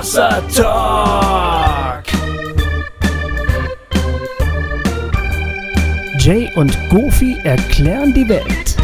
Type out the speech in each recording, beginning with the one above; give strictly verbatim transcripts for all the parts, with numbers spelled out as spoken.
Hossa Talk. Jay und Goofy erklären die Welt.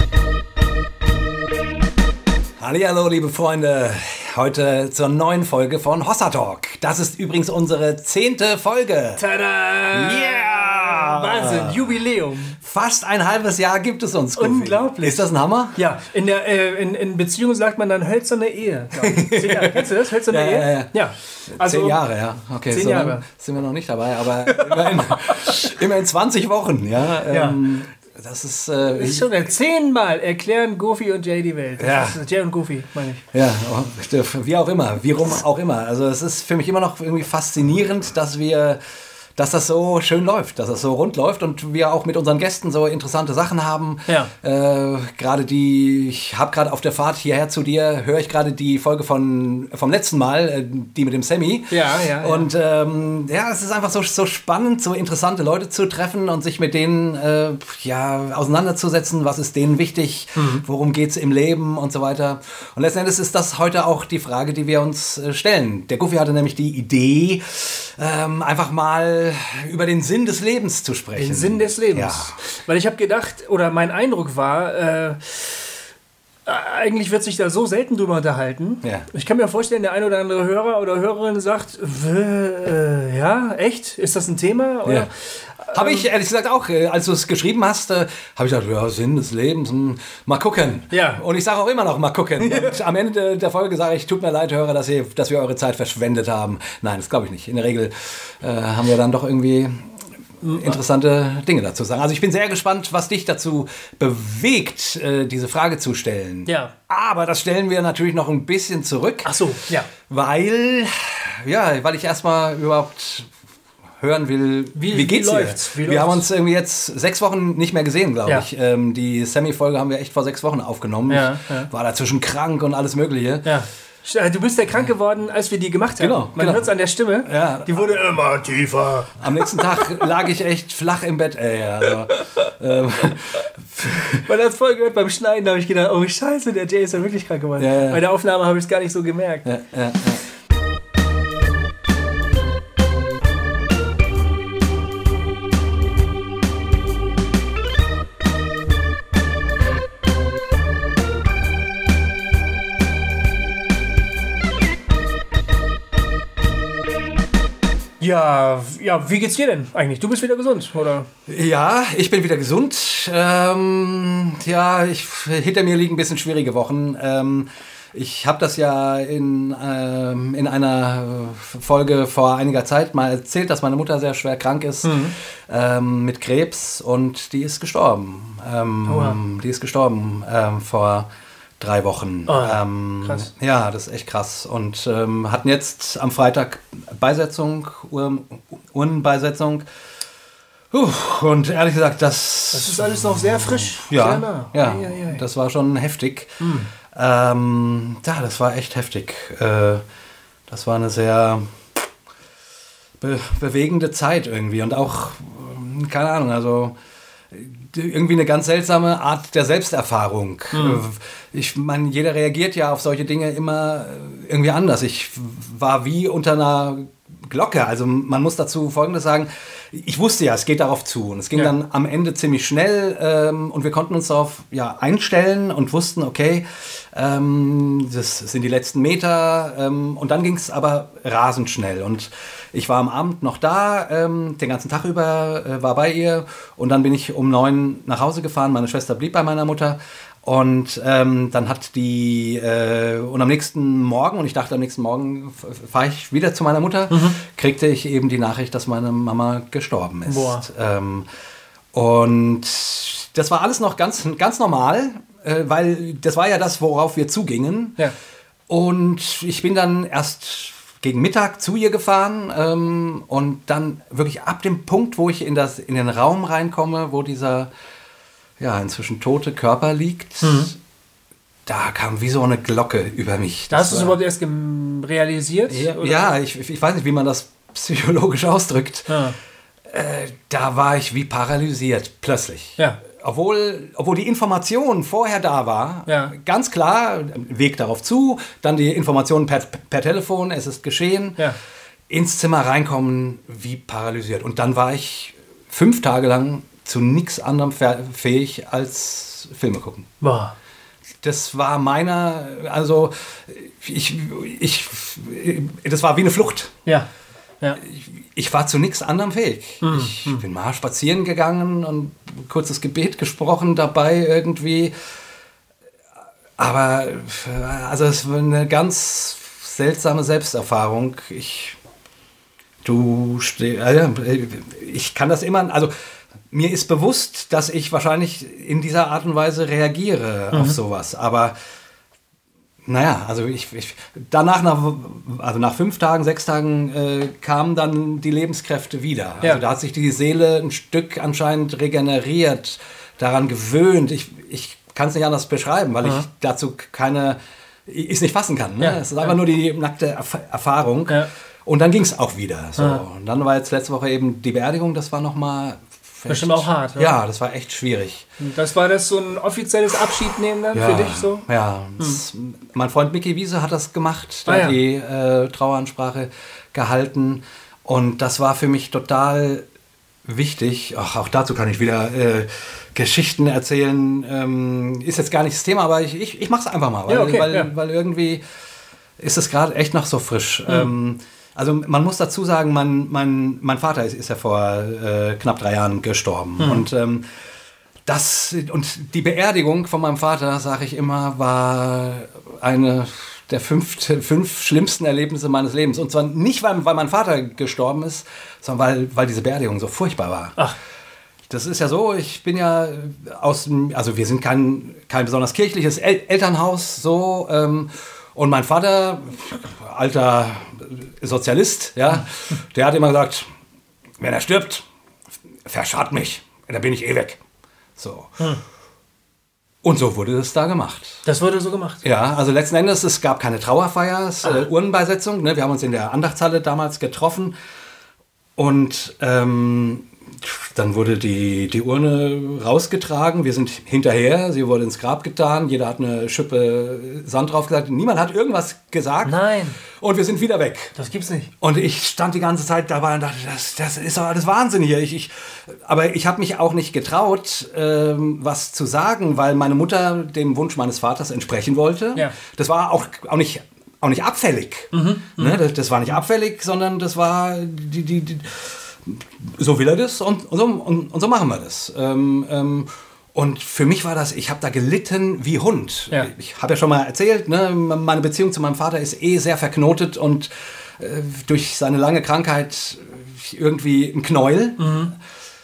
Hallihallo, liebe Freunde. Heute zur neuen Folge von Hossa Talk. Das ist übrigens unsere zehnte Folge. Tada! Yeah! Wahnsinn, Jubiläum. Fast ein halbes Jahr gibt es uns. Goofy. Unglaublich. Ist das ein Hammer? Ja, in, der, äh, in, in Beziehung sagt man dann hölzerne Ehe. Zehn Jahre. Kennst du das? Hölzerne Ja, Ehe? ja, ja. ja. Also, Zehn Jahre, ja. Okay, zehn so Jahre. lange sind wir noch nicht dabei, aber immerhin, immerhin zwanzig Wochen. Ja, ähm, Das ist, äh, Das ist schon ein zehnmal erklären Goofy und Jay die Welt. Das Ja. ist Jay und Goofy, meine ich. Ja, wie auch immer, wie rum auch immer. Also es ist für mich immer noch irgendwie faszinierend, dass wir, dass das so schön läuft, dass das so rund läuft und wir auch mit unseren Gästen so interessante Sachen haben. Ja. Äh, gerade die, ich habe gerade auf der Fahrt hierher zu dir, höre ich gerade die Folge von, vom letzten Mal, äh, die mit dem Sammy. Ja, ja, ja. Und ähm, ja, es ist einfach so, so spannend, so interessante Leute zu treffen und sich mit denen äh, ja, auseinanderzusetzen. Was ist denen wichtig? Mhm. Worum geht es im Leben und so weiter? Und letzten Endes ist das heute auch die Frage, die wir uns äh, stellen. Der Goofy hatte nämlich die Idee, ähm, einfach mal über den Sinn des Lebens zu sprechen. Den Sinn des Lebens. Ja. Weil ich habe gedacht, oder mein Eindruck war, äh, eigentlich wird sich da so selten drüber unterhalten. Ja. Ich kann mir vorstellen, der ein oder andere Hörer oder Hörerin sagt, äh, ja, echt? Ist das ein Thema? Oder? Ja. Habe ich ehrlich gesagt auch, äh, als du es geschrieben hast, äh, habe ich gedacht, ja, Sinn des Lebens, hm, mal gucken. Ja. Und ich sage auch immer noch, mal gucken. Und am Ende der, der Folge sage ich, tut mir leid, Hörer, dass, ihr, dass wir eure Zeit verschwendet haben. Nein, das glaube ich nicht. In der Regel äh, haben wir dann doch irgendwie interessante Dinge dazu sagen. Also ich bin sehr gespannt, was dich dazu bewegt, äh, diese Frage zu stellen. Ja. Aber das stellen wir natürlich noch ein bisschen zurück. Ach so, ja. Weil, ja, weil ich erstmal überhaupt hören will, Wie- wie geht's wie dir? läuft's? Wie wir haben läuft's? uns irgendwie jetzt sechs Wochen nicht mehr gesehen, glaube Ja. ich. Ähm, die Sammy-Folge haben wir echt vor sechs Wochen aufgenommen. Ja, Ich ja. war dazwischen krank und alles Mögliche. Ja. Du bist ja krank geworden, als wir die gemacht haben. Genau, Man genau. hört es an der Stimme. Ja. Die wurde immer tiefer. Am nächsten Tag lag ich echt flach im Bett. Ey, also, ähm, Man hat es voll gehört beim Schneiden, da habe ich gedacht, oh scheiße, der Jay ist ja wirklich krank geworden. Ja, ja. Bei der Aufnahme habe ich es gar nicht so gemerkt. ja, ja, ja. Ja, ja, wie geht's dir denn eigentlich? Du bist wieder gesund, oder? Ja, ich bin wieder gesund. Ähm, ja, ich, hinter mir liegen ein bisschen schwierige Wochen. Ähm, ich habe das ja in, ähm, in einer Folge vor einiger Zeit mal erzählt, dass meine Mutter sehr schwer krank ist ähm, mit Krebs und die ist gestorben. Ähm, Oha. Die ist gestorben ähm, vor drei Wochen. Oh, ähm, krass. Ja, das ist echt krass. Und ähm, hatten jetzt am Freitag Beisetzung, Ur Urnenbeisetzung. Puh, und ehrlich gesagt, das... Das ist alles noch sehr frisch. Ja, sehr nah. ja, Ei, ei, ei. das war schon heftig. Ähm, ja, das war echt heftig. Äh, das war eine sehr be bewegende Zeit irgendwie und auch, ähm, keine Ahnung, also irgendwie eine ganz seltsame Art der Selbsterfahrung. Ich meine, jeder reagiert ja auf solche Dinge immer irgendwie anders. Ich war wie unter einer Glocke. Also man muss dazu Folgendes sagen. Ich wusste ja, es geht darauf zu. Und es ging Ja. dann am Ende ziemlich schnell. Ähm, und wir konnten uns darauf ja, einstellen und wussten, okay, ähm, das sind die letzten Meter. Ähm, und dann ging es aber rasend schnell. Und ich war am Abend noch da, ähm, den ganzen Tag über, äh, war bei ihr. Und dann bin ich um neun nach Hause gefahren. Meine Schwester blieb bei meiner Mutter. Und ähm, dann hat die, äh, und am nächsten Morgen, und ich dachte, am nächsten Morgen fahre ich wieder zu meiner Mutter, kriegte ich eben die Nachricht, dass meine Mama gestorben ist. Boah. Ähm, und das war alles noch ganz, ganz normal, äh, weil das war ja das, worauf wir zugingen. Ja. Und ich bin dann erst gegen Mittag zu ihr gefahren ähm, und dann wirklich ab dem Punkt, wo ich in, das, in den Raum reinkomme, wo dieser ja, inzwischen tote Körper liegt, da kam wie so eine Glocke über mich. Da Das hast du es war- überhaupt erst gem- realisiert? Ja, oder? ja ich, ich weiß nicht, wie man das psychologisch ausdrückt. Ja. Äh, da war ich wie paralysiert, plötzlich. Ja. obwohl, obwohl die Information vorher da war, ja. ganz klar, Weg darauf zu, dann die Informationen per, per Telefon, es ist geschehen, ja. ins Zimmer reinkommen, wie paralysiert. Und dann war ich fünf Tage lang zu nichts anderem fähig als Filme gucken. Boah. Das war meiner, also ich, ich, das war wie eine Flucht. Ja. Ja. Ich, ich war zu nichts anderem fähig. Mhm. Ich bin mal spazieren gegangen und ein kurzes Gebet gesprochen dabei irgendwie. Aber also es war eine ganz seltsame Selbsterfahrung. Ich, du, ich kann das immer, also mir ist bewusst, dass ich wahrscheinlich in dieser Art und Weise reagiere mhm. auf sowas. Aber naja, also ich, ich danach, nach, also nach fünf Tagen, sechs Tagen äh, kamen dann die Lebenskräfte wieder. Ja. Also da hat sich die Seele ein Stück anscheinend regeneriert, daran gewöhnt. Ich, ich kann es nicht anders beschreiben, weil mhm. ich dazu keine, ich es nicht fassen kann. Ne? Ja. Es ist einfach ja. nur die nackte Erf- Erfahrung. Ja. Und dann ging es auch wieder. So. Mhm. Und dann war jetzt letzte Woche eben die Beerdigung, das war nochmal... Bestimmt auch hart. Ja. ja, das war echt schwierig. Das war das so ein offizielles Abschiednehmen dann ja, für dich so? Ja, das, hm. mein Freund Micky Wiese hat das gemacht, der ah, hat ja. die äh, Traueransprache gehalten und das war für mich total wichtig. Ach, auch dazu kann ich wieder äh, Geschichten erzählen. Ähm, ist jetzt gar nicht das Thema, aber ich, ich, ich mache es einfach mal, weil, ja, okay, weil, ja. weil irgendwie ist es gerade echt noch so frisch. Mhm. Ähm, Also man muss dazu sagen, mein, mein, mein Vater ist, ist ja vor äh, knapp drei Jahren gestorben. Mhm. Und, ähm, das, und die Beerdigung von meinem Vater, sage ich immer, war eine der fünf, fünf schlimmsten Erlebnisse meines Lebens. Und zwar nicht, weil, weil mein Vater gestorben ist, sondern weil, weil diese Beerdigung so furchtbar war. Ach. Das ist ja so, ich bin ja aus dem, also wir sind kein, kein besonders kirchliches El- Elternhaus, so, ähm, und mein Vater, alter Sozialist, ja, der hat immer gesagt, wenn er stirbt, verscharrt mich, dann bin ich eh weg. So. Hm. Und so wurde das da gemacht. Das wurde so gemacht? Ja, also letzten Endes, es gab keine Trauerfeier, es ah. äh, Urnenbeisetzung. Ne? Wir haben uns in der Andachtshalle damals getroffen und ähm, dann wurde die, die Urne rausgetragen. Wir sind hinterher, sie wurde ins Grab getan. Jeder hat eine Schippe Sand drauf gesagt. Niemand hat irgendwas gesagt. Nein. Und wir sind wieder weg. Das gibt's nicht. Und ich stand die ganze Zeit dabei und dachte, das, das ist doch alles Wahnsinn hier. Ich, ich, aber ich habe mich auch nicht getraut, ähm, was zu sagen, weil meine Mutter dem Wunsch meines Vaters entsprechen wollte. Ja. Das war auch, auch nicht... auch nicht abfällig. Mhm, ne? das, das war nicht abfällig, sondern das war die, die, die so will er das und, und, so, und, und so machen wir das. Ähm, ähm, und für mich war das, ich habe da gelitten wie Hund. Ja. Ich habe ja schon mal erzählt, ne, meine Beziehung zu meinem Vater ist eh sehr verknotet und äh, durch seine lange Krankheit irgendwie ein Knäuel. Mhm.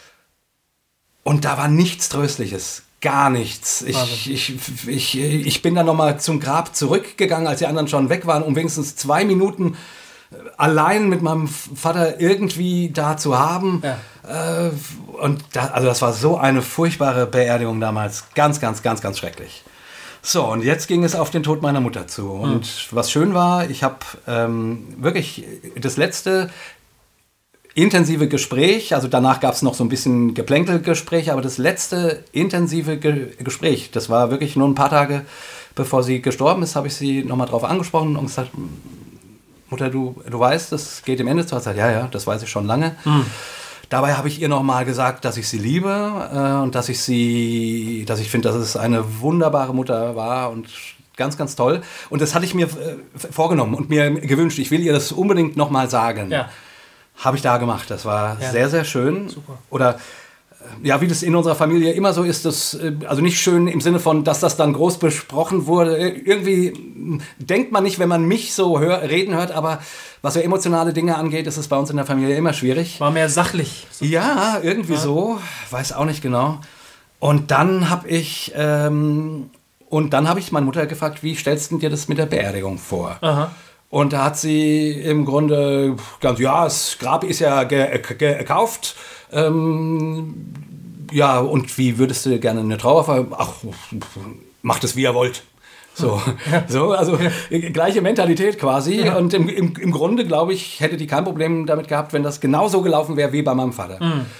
Und da war nichts Tröstliches. Gar nichts. Ich, ich, ich, ich bin dann nochmal zum Grab zurückgegangen, als die anderen schon weg waren, um wenigstens zwei Minuten allein mit meinem Vater irgendwie da zu haben. Ja. Äh, und da, also das war so eine furchtbare Beerdigung damals. Ganz, ganz, ganz, ganz schrecklich. So, und jetzt ging es auf den Tod meiner Mutter zu. Und mhm. was schön war, ich habe ähm, wirklich das letzte intensive Gespräch, also danach gab es noch so ein bisschen Geplänkelgespräch, aber das letzte intensive Ge- Gespräch, das war wirklich nur ein paar Tage, bevor sie gestorben ist, habe ich sie nochmal drauf angesprochen und gesagt, Mutter, du, du weißt, das geht dem Ende zu. Hat ja, ja, das weiß ich schon lange. Mhm. Dabei habe ich ihr nochmal gesagt, dass ich sie liebe äh, und dass ich sie, dass ich finde, dass es eine wunderbare Mutter war und ganz, ganz toll. Und das hatte ich mir äh, vorgenommen und mir gewünscht, ich will ihr das unbedingt nochmal sagen. Ja. Habe ich da gemacht. Das war ja. sehr, sehr schön. Super. Oder ja, wie das in unserer Familie immer so ist, das, also nicht schön im Sinne von, dass das dann groß besprochen wurde. Irgendwie denkt man nicht, wenn man mich so hör, reden hört, aber was so emotionale Dinge angeht, ist es bei uns in der Familie immer schwierig. War mehr sachlich. Ja, irgendwie ja. so. Weiß auch nicht genau. Und dann habe ich, ähm, und dann habe ich meine Mutter gefragt, wie stellst du dir das mit der Beerdigung vor? Aha. Und da hat sie im Grunde ganz, ja, das Grab ist ja ge- ge- gekauft. Ähm, ja, und wie würdest du gerne eine Trauerfeier? Ach, macht es, wie ihr wollt. So, ja. so also ja. gleiche Mentalität quasi. Ja. Und im, im, im Grunde, glaube ich, hätte die kein Problem damit gehabt, wenn das genauso gelaufen wäre wie bei meinem Vater. Mhm.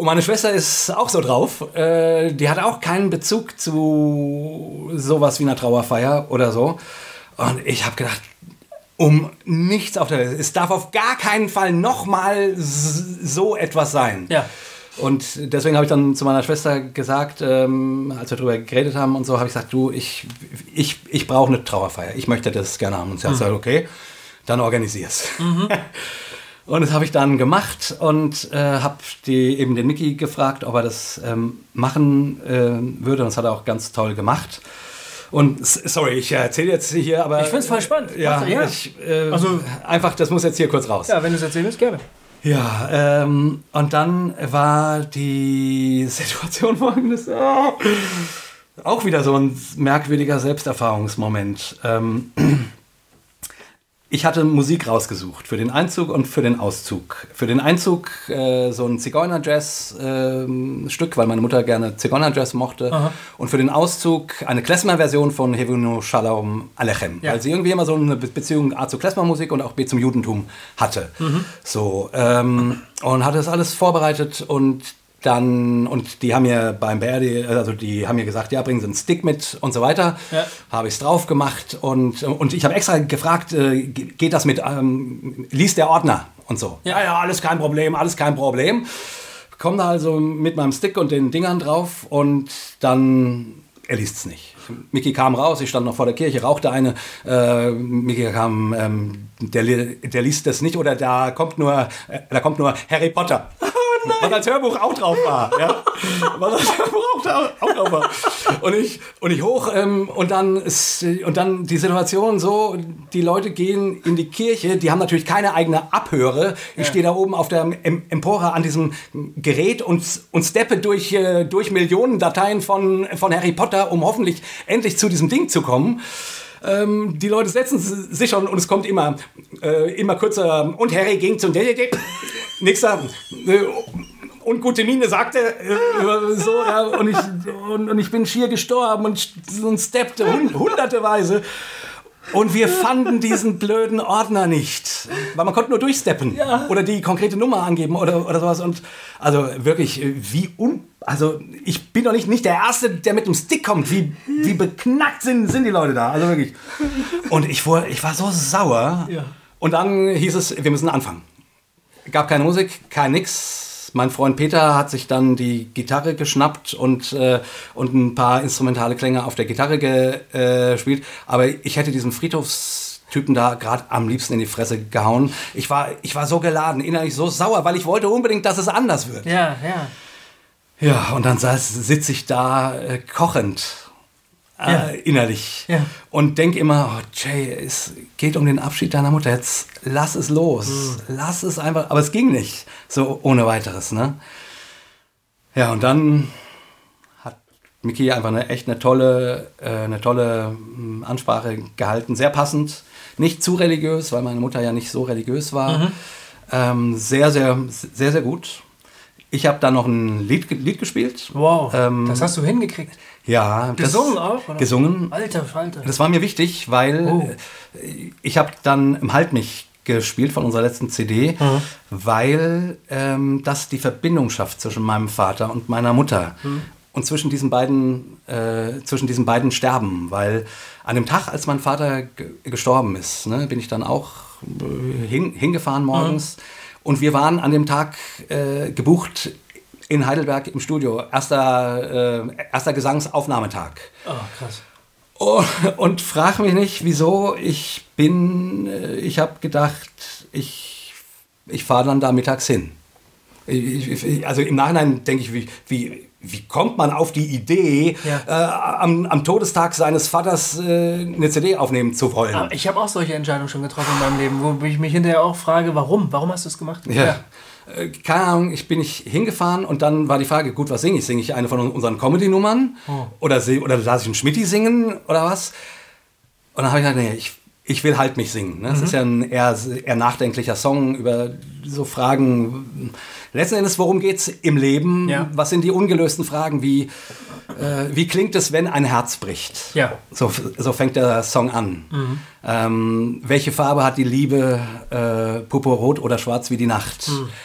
Und meine Schwester ist auch so drauf. Äh, die hat auch keinen Bezug zu sowas wie einer Trauerfeier oder so. Und ich habe gedacht, um nichts auf der Welt. Es darf auf gar keinen Fall nochmal so etwas sein. Ja. Und deswegen habe ich dann zu meiner Schwester gesagt, ähm, als wir darüber geredet haben und so, habe ich gesagt, du, ich, ich, ich brauche eine Trauerfeier. Ich möchte das gerne haben. Und sie hat gesagt, okay, dann organisier's. Mhm. Und das habe ich dann gemacht und äh, habe die, eben den Micky gefragt, ob er das ähm, machen äh, würde. Und das hat er auch ganz toll gemacht. Und sorry, ich erzähle jetzt hier, aber... Ich finde es voll spannend. Ja, ja. Ich, äh, also, einfach, das muss jetzt hier kurz raus. Ja, wenn du es erzählen willst, gerne. Ja, ähm, und dann war die Situation folgendes. Oh, auch wieder so ein merkwürdiger Selbsterfahrungsmoment. Ähm, Ich hatte Musik rausgesucht für den Einzug und für den Auszug. Für den Einzug äh, so ein Zigeuner-Jazz-Stück, äh, weil meine Mutter gerne Zigeuner-Jazz mochte. Aha. Und für den Auszug eine Klezmer-Version von Hevenu Shalom Alechem. Ja. Weil sie irgendwie immer so eine Beziehung A zu Klezmer-Musik und auch B zum Judentum hatte. Mhm. So, ähm, und hatte das alles vorbereitet und dann, und die haben mir beim B R D, also die haben mir gesagt, ja, bringen Sie einen Stick mit und so weiter. Ja. Habe ich es drauf gemacht und, und ich habe extra gefragt, äh, geht das mit, ähm, liest der Ordner und so. Ja. ja, ja, alles kein Problem, alles kein Problem. Komme da also mit meinem Stick und den Dingern drauf und dann, er liest es nicht. Micky kam raus, ich stand noch vor der Kirche, rauchte eine. Äh, Micky kam, ähm, der, der liest das nicht oder da kommt nur, äh, da kommt nur Harry Potter. Nein. Was als Hörbuch auch drauf war. Ja? Was als Hörbuch auch, auch drauf war. Und ich, und ich hoch ähm, und, dann ist, und dann die Situation so, die Leute gehen in die Kirche, die haben natürlich keine eigene Abhöre. Ich ja. stehe da oben auf der Empore an diesem Gerät und, und steppe durch, äh, durch Millionen Dateien von, von Harry Potter, um hoffentlich endlich zu diesem Ding zu kommen. Ähm, die Leute setzen sich schon und es kommt immer, äh, immer kürzer. Und Harry ging zum Nächster. Äh, und gute Miene sagte äh, so, ja, und, ich, und, und ich bin schier gestorben und, und steppte hund, hunderteweise. Und wir fanden diesen blöden Ordner nicht. Weil man konnte nur durchsteppen. Ja. Oder die konkrete Nummer angeben oder, oder sowas. Und also wirklich, wie un... Also ich bin doch nicht, nicht der Erste, der mit dem Stick kommt. Wie, wie beknackt sind, sind die Leute da. Also wirklich. Und ich war, ich war so sauer. Ja. Und dann hieß es, wir müssen anfangen. Gab keine Musik, kein nix. Mein Freund Peter hat sich dann die Gitarre geschnappt und, äh, und ein paar instrumentale Klänge auf der Gitarre gespielt. Äh, Aber ich hätte diesen Friedhofstypen da gerade am liebsten in die Fresse gehauen. Ich war, ich war so geladen, innerlich so sauer, weil ich wollte unbedingt, dass es anders wird. Ja, ja. Ja, und dann sitze ich da äh, kochend. Äh, ja. Innerlich. Ja. Und denk immer, oh, Jay, es geht um den Abschied deiner Mutter. Jetzt lass es los. Mhm. Lass es einfach. Aber es ging nicht so ohne weiteres. Ne? Ja, und dann hat Micky einfach eine echt eine tolle, äh, eine tolle äh, Ansprache gehalten. Sehr passend. Nicht zu religiös, weil meine Mutter ja nicht so religiös war. Mhm. Ähm, sehr, sehr, sehr, sehr gut. Ich habe da noch ein Lied, Lied gespielt. Wow, ähm, das hast du hingekriegt. Ja. Gesungen auch? Oder? Gesungen. Alter Falter. Das war mir wichtig, weil oh. ich habe dann im Halt mich gespielt von unserer letzten C D, mhm. weil ähm, das die Verbindung schafft zwischen meinem Vater und meiner Mutter. Mhm. Und zwischen diesen beiden, äh, zwischen diesen beiden Sterben. Weil an dem Tag, als mein Vater g- gestorben ist, ne, bin ich dann auch äh, hin, hingefahren morgens. Mhm. Und wir waren an dem Tag äh, gebucht in Heidelberg im Studio. Erster, äh, erster Gesangsaufnahmetag. Oh, krass. Oh, und frag mich nicht, wieso. Ich bin, äh, ich habe gedacht, ich, ich fahre dann da mittags hin. Ich, ich, also im Nachhinein denke ich, wie, wie, wie kommt man auf die Idee, ja. äh, am, am Todestag seines Vaters äh, eine C D aufnehmen zu wollen? Aber ich habe auch solche Entscheidungen schon getroffen in meinem Leben, wo ich mich hinterher auch frage, warum? Warum hast du es gemacht? Ja. Ja. Äh, keine Ahnung, ich bin nicht hingefahren und dann war die Frage, gut, was singe ich? Singe ich eine von unseren Comedy-Nummern? Oh. Oder, oder lasse ich einen Schmitti singen oder was? Und dann habe ich gedacht, nee, ich Ich will halt mich singen. Ne? Mhm. Das ist ja ein eher, eher nachdenklicher Song über so Fragen. Letzten Endes, worum geht es im Leben? Ja. Was sind die ungelösten Fragen? Wie, äh, wie klingt es, wenn ein Herz bricht? Ja. So, so fängt der Song an. Mhm. Ähm, welche Farbe hat die Liebe? Äh, purpurrot oder schwarz wie die Nacht? Mhm.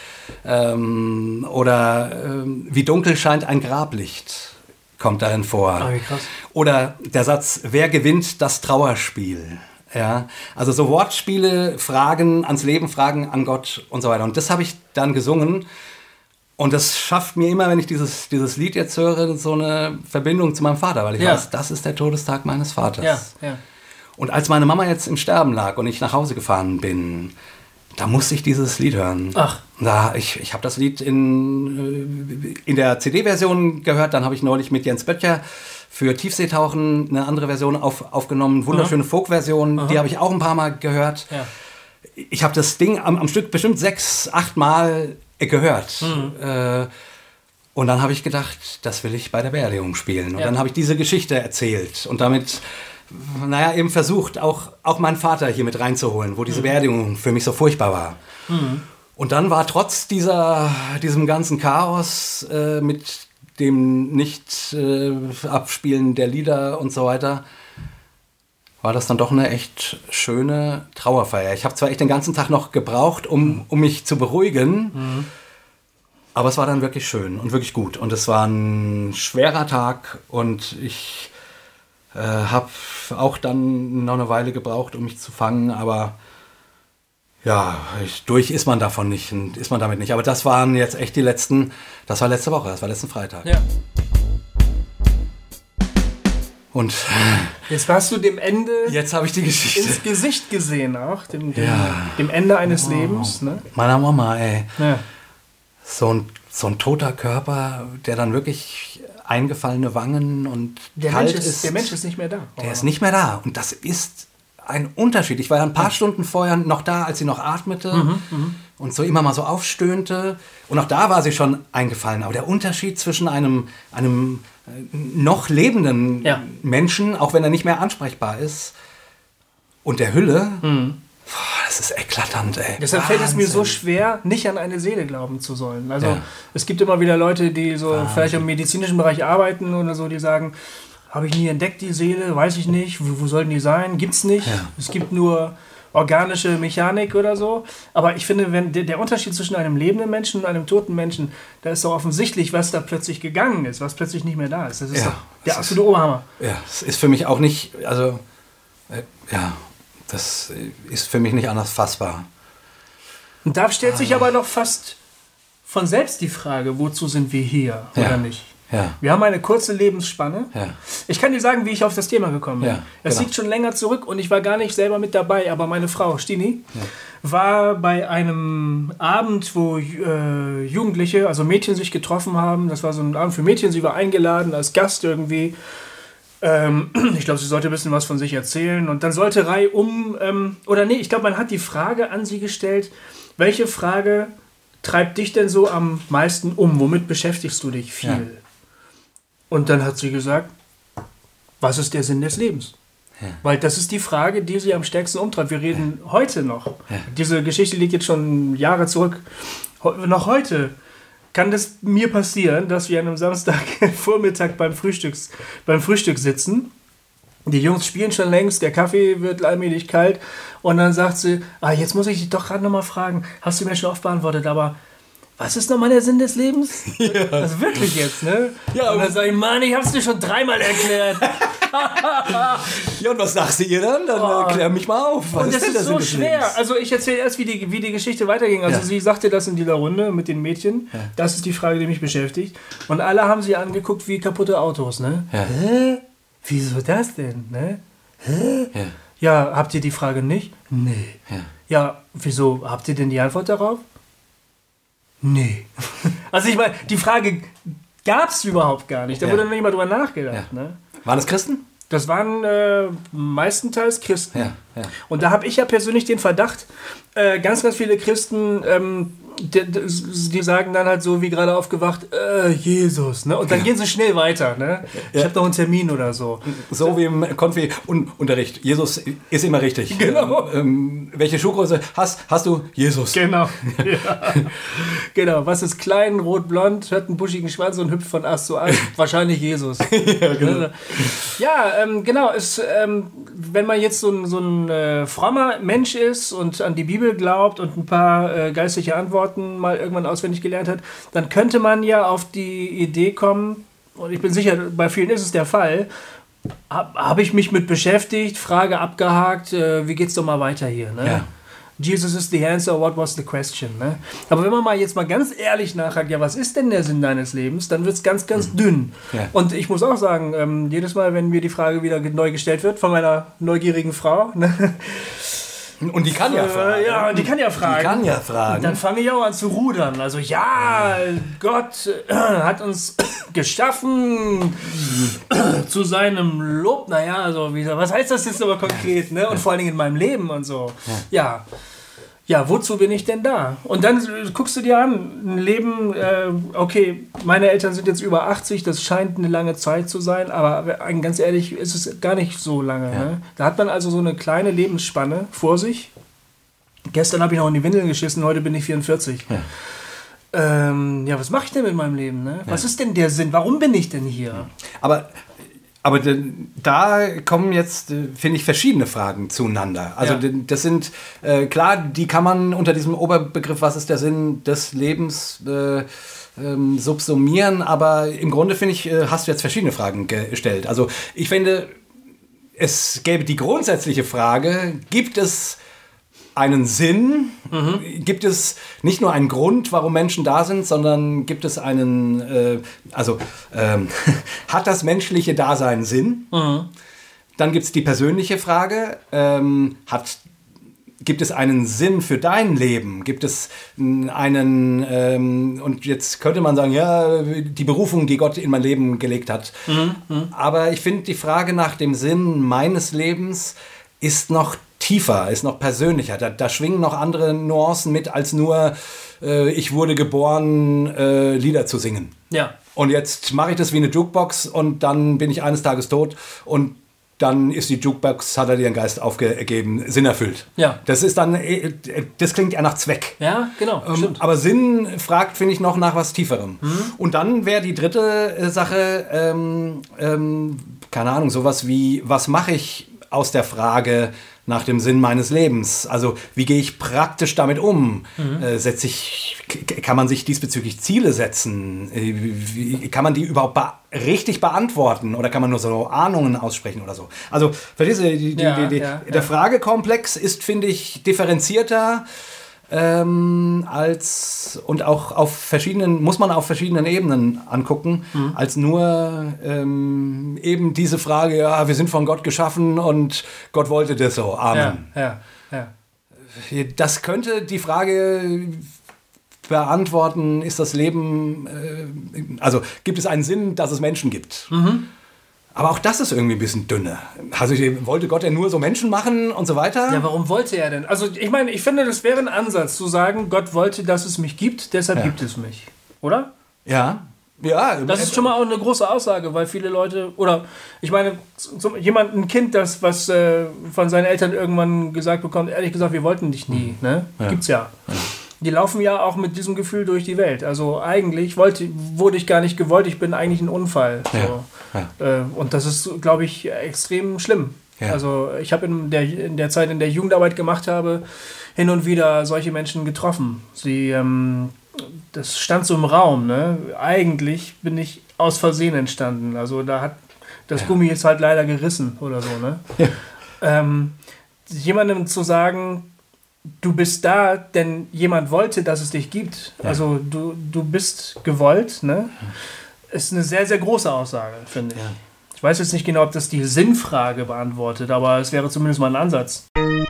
Ähm, oder ähm, wie dunkel scheint ein Grablicht, kommt darin vor. Oh, wie krass. Oder der Satz, wer gewinnt das Trauerspiel? Ja, also so Wortspiele, Fragen ans Leben, Fragen an Gott und so weiter. Und das habe ich dann gesungen. Und das schafft mir immer, wenn ich dieses, dieses Lied jetzt höre, so eine Verbindung zu meinem Vater, weil ich ja. weiß, das ist der Todestag meines Vaters. Ja, ja. Und als meine Mama jetzt im Sterben lag und ich nach Hause gefahren bin, da musste ich dieses Lied hören. Ach. Da, ich ich habe das Lied in, in der C D-Version gehört, dann habe ich neulich mit Jens Böttcher für Tiefseetauchen eine andere Version auf, aufgenommen, wunderschöne Aha. Folk-Version, Aha. die habe ich auch ein paar Mal gehört. Ja. Ich habe das Ding am, am Stück bestimmt sechs, acht Mal gehört. Mhm. Äh, und dann habe ich gedacht, das will ich bei der Beerdigung spielen. Und ja. dann habe ich diese Geschichte erzählt und damit, naja, eben versucht, auch, auch meinen Vater hier mit reinzuholen, wo diese mhm. Beerdigung für mich so furchtbar war. Mhm. Und dann war trotz dieser, diesem ganzen Chaos äh, mit dem Nicht-Abspielen äh, der Lieder und so weiter, war das dann doch eine echt schöne Trauerfeier. Ich habe zwar echt den ganzen Tag noch gebraucht, um, um mich zu beruhigen, mhm. aber es war dann wirklich schön und wirklich gut. Und es war ein schwerer Tag und ich äh, habe auch dann noch eine Weile gebraucht, um mich zu fangen, aber ja, ich, durch ist man davon nicht, ist man damit nicht. Aber das waren jetzt echt die letzten, das war letzte Woche, das war letzten Freitag. Ja. Und jetzt hast du dem Ende jetzt habe ich die Geschichte ins Gesicht gesehen auch, dem, dem, ja. dem Ende eines oh. Lebens. Ne? Meiner Mama, ey. Ja. So, ein, so ein toter Körper, der dann wirklich eingefallene Wangen und der kalt Mensch ist, ist. Der Mensch ist nicht mehr da. Der oh. ist nicht mehr da. Und das ist ein Unterschied. Ich war ja ein paar ja. Stunden vorher noch da, als sie noch atmete mhm, mh. und so immer mal so aufstöhnte. Und auch da war sie schon eingefallen. Aber der Unterschied zwischen einem, einem noch lebenden ja. Menschen, auch wenn er nicht mehr ansprechbar ist, und der Hülle, mhm. boah, das ist eklatant, ey. Deshalb Wahnsinn. Fällt es mir so schwer, nicht an eine Seele glauben zu sollen. Also ja. es gibt immer wieder Leute, die so Wahnsinn. Vielleicht im medizinischen Bereich arbeiten oder so, die sagen, habe ich nie entdeckt, die Seele, weiß ich nicht, wo, wo sollten die sein, gibt's nicht. Ja. Es gibt nur organische Mechanik oder so. Aber ich finde, wenn der, der Unterschied zwischen einem lebenden Menschen und einem toten Menschen, da ist doch offensichtlich, was da plötzlich gegangen ist, was plötzlich nicht mehr da ist. Das ist ja, doch der absolute Oberhammer. Ja, es ist für mich auch nicht, also, äh, ja, das ist für mich nicht anders fassbar. Und da stellt sich aber noch fast von selbst die Frage, wozu sind wir hier, oder ja. nicht? Ja. Wir haben eine kurze Lebensspanne. Ja. Ich kann dir sagen, wie ich auf das Thema gekommen bin. Ja, das genau. liegt schon länger zurück und ich war gar nicht selber mit dabei, aber meine Frau, Stini, ja. war bei einem Abend, wo äh, Jugendliche, also Mädchen sich getroffen haben. Das war so ein Abend für Mädchen, sie war eingeladen als Gast irgendwie. Ähm, ich glaube, sie sollte ein bisschen was von sich erzählen und dann sollte reihum, ähm, oder nee, ich glaube, man hat die Frage an sie gestellt, welche Frage treibt dich denn so am meisten um? Womit beschäftigst du dich viel? Ja. Und dann hat sie gesagt, was ist der Sinn des Lebens? Ja. Weil das ist die Frage, die sie am stärksten umtreibt. Wir reden ja. heute noch. Ja. Diese Geschichte liegt jetzt schon Jahre zurück. Noch heute kann das mir passieren, dass wir an einem Samstagvormittag beim, Frühstücks, beim Frühstück sitzen. Die Jungs spielen schon längst, der Kaffee wird allmählich kalt. Und dann sagt sie, ah, jetzt muss ich dich doch gerade nochmal fragen, hast du mir schon oft beantwortet, aber was ist nochmal der Sinn des Lebens? Ja. Also wirklich jetzt, ne? Ja, und dann sage ich, Mann, ich hab's dir schon dreimal erklärt. Ja, und was sagst du ihr dann? Dann oh. klär mich mal auf. Was und das ist, ist so schwer. Lebens? Also ich erzähle erst, wie die, wie die Geschichte weiterging. Also ja. sie sagte das in dieser Runde mit den Mädchen. Ja. Das ist die Frage, die mich beschäftigt. Und alle haben sie angeguckt wie kaputte Autos, ne? Ja. Hä? Wieso das denn, ne? Hä? Ja. Ja, habt ihr die Frage nicht? Nee. Ja. Ja, wieso? Habt ihr denn die Antwort darauf? Nee. Also ich meine, die Frage gab es überhaupt gar nicht. Da ja. wurde noch nicht mal drüber nachgedacht. Ja. Ne? Waren das Christen? Das waren äh, meistenteils Christen. Ja. Ja. Und da habe ich ja persönlich den Verdacht, äh, ganz, ganz viele Christen, ähm, die, die sagen dann halt so, wie gerade aufgewacht, äh, Jesus. Ne? Und dann ja. gehen sie schnell weiter. Ne? Ich ja. habe noch einen Termin oder so. So wie im Konfi-Unterricht. Jesus ist immer richtig. Genau. Ähm, ähm, welche Schuhgröße hast, hast du? Jesus. Genau. Ja. Genau. Was ist klein, rot-blond, hat einen buschigen Schwanz und hüpft von Ast zu Ast? Wahrscheinlich Jesus. Ja, genau. Ja, ähm, genau. Es, ähm, wenn man jetzt so ein, so ein äh, frommer Mensch ist und an die Bibel glaubt und ein paar äh, geistliche Antworten mal irgendwann auswendig gelernt hat, dann könnte man ja auf die Idee kommen, und ich bin sicher, bei vielen ist es der Fall, habe hab ich mich mit beschäftigt, Frage abgehakt, äh, wie geht's doch mal weiter hier, ne? Ja. Jesus is the answer, what was the question? Ne? Aber wenn man mal jetzt mal ganz ehrlich nachhakt, ja, was ist denn der Sinn deines Lebens, dann wird es ganz, ganz mhm. dünn. Ja. Und ich muss auch sagen, ähm, jedes Mal, wenn mir die Frage wieder neu gestellt wird von meiner neugierigen Frau, ne? Und die kann ja fragen. Äh, ja, und die kann ja fragen. Die kann ja fragen. Dann fange ich auch an zu rudern. Also ja, Gott äh, hat uns geschaffen zu seinem Lob. Naja, also wie, was heißt das jetzt aber konkret? Ne? Und vor allen Dingen in meinem Leben und so. Ja. Ja, wozu bin ich denn da? Und dann guckst du dir an, ein Leben, äh, okay, meine Eltern sind jetzt über achtzig, das scheint eine lange Zeit zu sein, aber ganz ehrlich ist es gar nicht so lange. Ja. Ne? Da hat man also so eine kleine Lebensspanne vor sich. Gestern habe ich noch in die Windeln geschissen, heute bin ich vierundvierzig. Ja, ähm, ja was mache ich denn mit meinem Leben? Ne? Was ja. ist denn der Sinn? Warum bin ich denn hier? Aber... Aber da kommen jetzt, finde ich, verschiedene Fragen zueinander. Also ja. das sind, äh, klar, die kann man unter diesem Oberbegriff, was ist der Sinn des Lebens, äh, ähm, subsumieren. Aber im Grunde, finde ich, äh, hast du jetzt verschiedene Fragen gestellt. Also ich finde, es gäbe die grundsätzliche Frage, gibt es einen Sinn? Mhm. Gibt es nicht nur einen Grund, warum Menschen da sind, sondern gibt es einen, äh, also ähm, hat das menschliche Dasein Sinn? Mhm. Dann gibt es die persönliche Frage, ähm, hat, gibt es einen Sinn für dein Leben? Gibt es einen, ähm, und jetzt könnte man sagen, ja, die Berufung, die Gott in mein Leben gelegt hat. Mhm. Mhm. Aber ich finde, die Frage nach dem Sinn meines Lebens ist noch tiefer, ist noch persönlicher. Da, da schwingen noch andere Nuancen mit, als nur, äh, ich wurde geboren, äh, Lieder zu singen. Ja. Und jetzt mache ich das wie eine Jukebox und dann bin ich eines Tages tot und dann ist die Jukebox, hat er ihren Geist aufgegeben, Sinn erfüllt. Ja. Das ist dann, das klingt eher nach Zweck. Ja, genau, ähm, stimmt. Aber Sinn fragt, finde ich, noch nach was Tieferem. Mhm. Und dann wäre die dritte äh, Sache, ähm, ähm, keine Ahnung, sowas wie, was mache ich aus der Frage nach dem Sinn meines Lebens. Also wie gehe ich praktisch damit um? Mhm. Äh, setze ich, kann man sich diesbezüglich Ziele setzen? Äh, wie, kann man die überhaupt be- richtig beantworten? Oder kann man nur so Ahnungen aussprechen oder so? Also verstehst du, die, die, ja, die, die, ja, der ja. Fragekomplex ist, finde ich, differenzierter ähm, als und auch auf verschiedenen, muss man auf verschiedenen Ebenen angucken, mhm. als nur ähm, eben diese Frage, ja, wir sind von Gott geschaffen und Gott wollte das so, Amen. Ja, ja, ja. Das könnte die Frage beantworten, ist das Leben, äh, also gibt es einen Sinn, dass es Menschen gibt? Mhm. Aber auch das ist irgendwie ein bisschen dünne. Also wollte Gott ja nur so Menschen machen und so weiter? Ja, warum wollte er denn? Also ich meine, ich finde, das wäre ein Ansatz zu sagen, Gott wollte, dass es mich gibt, deshalb ja. gibt es mich. Oder? Ja. Ja. Das ist schon mal auch eine große Aussage, weil viele Leute, oder ich meine, so, jemand, ein Kind, das was äh, von seinen Eltern irgendwann gesagt bekommt, ehrlich gesagt, wir wollten dich nie. Ne? Ja. Gibt's ja. ja. Die laufen ja auch mit diesem Gefühl durch die Welt. Also eigentlich wollte, wurde ich gar nicht gewollt, ich bin eigentlich ein Unfall. So. Ja. Ja. Äh, und das ist, glaube ich, extrem schlimm. Ja. Also ich habe in der, in der Zeit, in der ich Jugendarbeit gemacht habe, hin und wieder solche Menschen getroffen. Sie, ähm, das stand so im Raum. Ne? Eigentlich bin ich aus Versehen entstanden. Also da hat das ja. Gummi jetzt halt leider gerissen oder so. Ne? Ja. Ähm, jemandem zu sagen, du bist da, denn jemand wollte, dass es dich gibt. Ja. Also du, du bist gewollt, ne? Ist eine sehr, sehr große Aussage, finde ich. Ja. Ich weiß jetzt nicht genau, ob das die Sinnfrage beantwortet, aber es wäre zumindest mal ein Ansatz.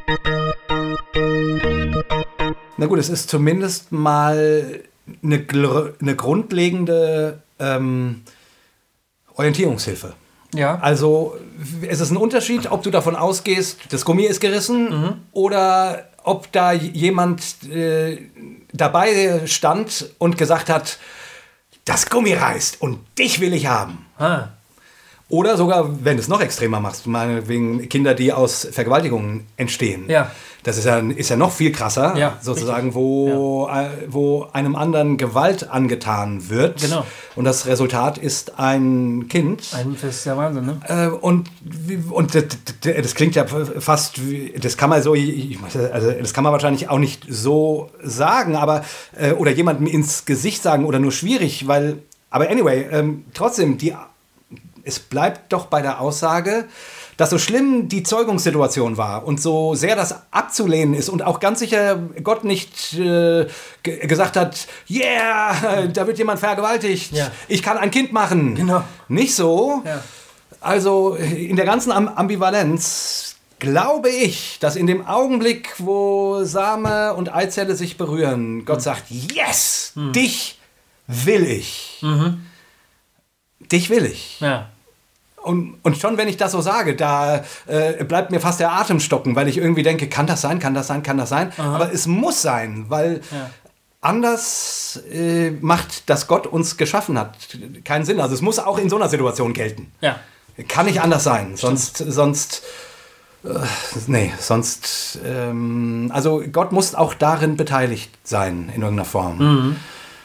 Na gut, es ist zumindest mal eine, eine grundlegende ähm, Orientierungshilfe. Ja. Also es ist ein Unterschied, ob du davon ausgehst, das Gummi ist gerissen mhm. oder ob da jemand äh, dabei stand und gesagt hat, das Gummi reißt und dich will ich haben. Ah. Oder sogar, wenn du es noch extremer machst, meinetwegen Kinder, die aus Vergewaltigungen entstehen. Ja. das ist ja, ist ja noch viel krasser, ja, sozusagen, wo, ja. äh, wo einem anderen Gewalt angetan wird. Genau. Und das Resultat ist ein Kind. Ein, das ist ja Wahnsinn, ne? Äh, und und das, das klingt ja fast, wie, das kann man so, ich, also das kann man wahrscheinlich auch nicht so sagen, aber äh, oder jemandem ins Gesicht sagen oder nur schwierig, weil, aber anyway, ähm, trotzdem, die, es bleibt doch bei der Aussage, dass so schlimm die Zeugungssituation war und so sehr das abzulehnen ist und auch ganz sicher Gott nicht äh, g- gesagt hat, yeah, da wird jemand vergewaltigt, ja. ich kann ein Kind machen. Genau. Nicht so. Ja. Also in der ganzen Am- Ambivalenz glaube ich, dass in dem Augenblick, wo Same und Eizelle sich berühren, Gott mhm. sagt, yes, mhm. dich will ich. Mhm. Dich will ich. Ja. Und, und schon, wenn ich das so sage, da äh, bleibt mir fast der Atem stocken, weil ich irgendwie denke, kann das sein, kann das sein, kann das sein? Aha. Aber es muss sein, weil ja. anders äh, macht, dass Gott uns geschaffen hat, keinen Sinn. Also es muss auch in so einer Situation gelten. Ja. Kann nicht anders sein, sonst, sonst, äh, nee, sonst, ähm, also Gott muss auch darin beteiligt sein, in irgendeiner Form. Mhm.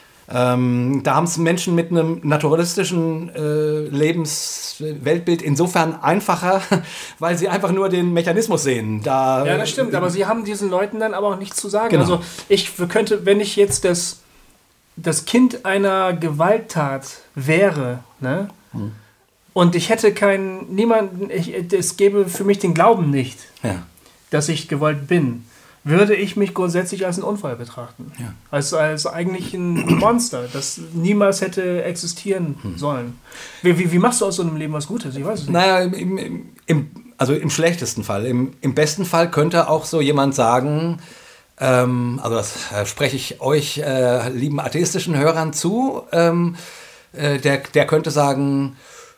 Ähm, da haben es Menschen mit einem naturalistischen äh, Lebensweltbild insofern einfacher, weil sie einfach nur den Mechanismus sehen. Da, ja, das stimmt, äh, aber sie haben diesen Leuten dann aber auch nichts zu sagen. Genau. Also ich könnte, wenn ich jetzt das, das Kind einer Gewalttat wäre, ne? Hm. Und ich hätte keinen, niemanden, ich, es gäbe für mich den Glauben nicht, ja. dass ich gewollt bin, würde ich mich grundsätzlich als einen Unfall betrachten. Ja. Als, als eigentlich ein Monster, das niemals hätte existieren hm. sollen. Wie, wie, wie machst du aus so einem Leben was Gutes? Ich weiß es nicht. Naja, im, im, im, also im schlechtesten Fall. Im, im besten Fall könnte auch so jemand sagen, ähm, also das äh, spreche ich euch, äh, lieben atheistischen Hörern zu, ähm, äh, der, der könnte sagen,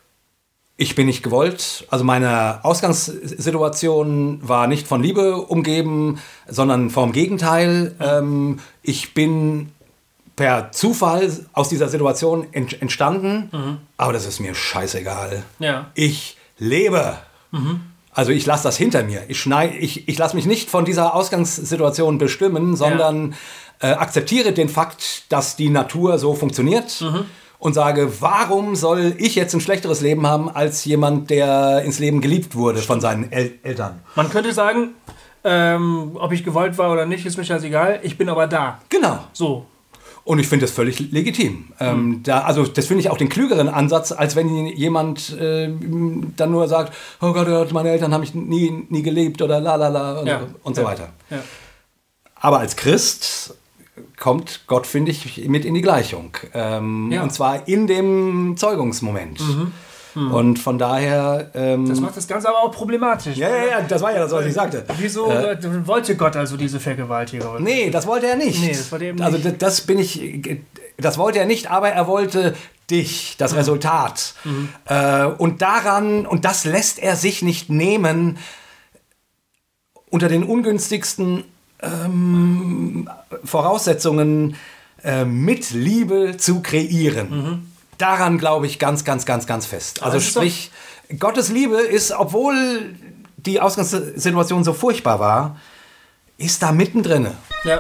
ich bin nicht gewollt, also meine Ausgangssituation war nicht von Liebe umgeben, sondern vom Gegenteil. Ähm, ich bin per Zufall aus dieser Situation ent- entstanden, mhm. aber das ist mir scheißegal. Ja. Ich lebe. Mhm. Also ich lasse das hinter mir. Ich, schneid, ich, ich lasse mich nicht von dieser Ausgangssituation bestimmen, sondern ja. äh, akzeptiere den Fakt, dass die Natur so funktioniert. Mhm. Und sage, warum soll ich jetzt ein schlechteres Leben haben als jemand, der ins Leben geliebt wurde von seinen El- Eltern? Man könnte sagen, ähm, ob ich gewollt war oder nicht, ist mir scheißegal. Ich bin aber da. Genau. So. Und ich finde das völlig legitim. Mhm. Ähm, da, also das finde ich auch den klügeren Ansatz, als wenn jemand äh, dann nur sagt, oh Gott, oh Gott, meine Eltern haben mich nie, nie geliebt oder la la la und, ja. und so ja. weiter. Ja. Aber als Christ kommt Gott, finde ich, mit in die Gleichung. Ähm, ja. Und zwar in dem Zeugungsmoment. Mhm. Mhm. Und von daher... Ähm, das macht das Ganze aber auch problematisch. Ja, ja, ja, das war ja das, was ich sagte. Wieso äh, wollte Gott also diese Vergewaltigung? Nee, das wollte er nicht. Nee, das wollte er eben also nicht. Das bin ich... Das wollte er nicht, aber er wollte dich, das mhm. Resultat. Mhm. Äh, und daran, und das lässt er sich nicht nehmen, unter den ungünstigsten Ähm, Voraussetzungen äh, mit Liebe zu kreieren. Mhm. Daran glaube ich ganz, ganz, ganz, ganz fest. Also sprich, Gottes Liebe ist, obwohl die Ausgangssituation so furchtbar war, ist da mittendrin. Ja.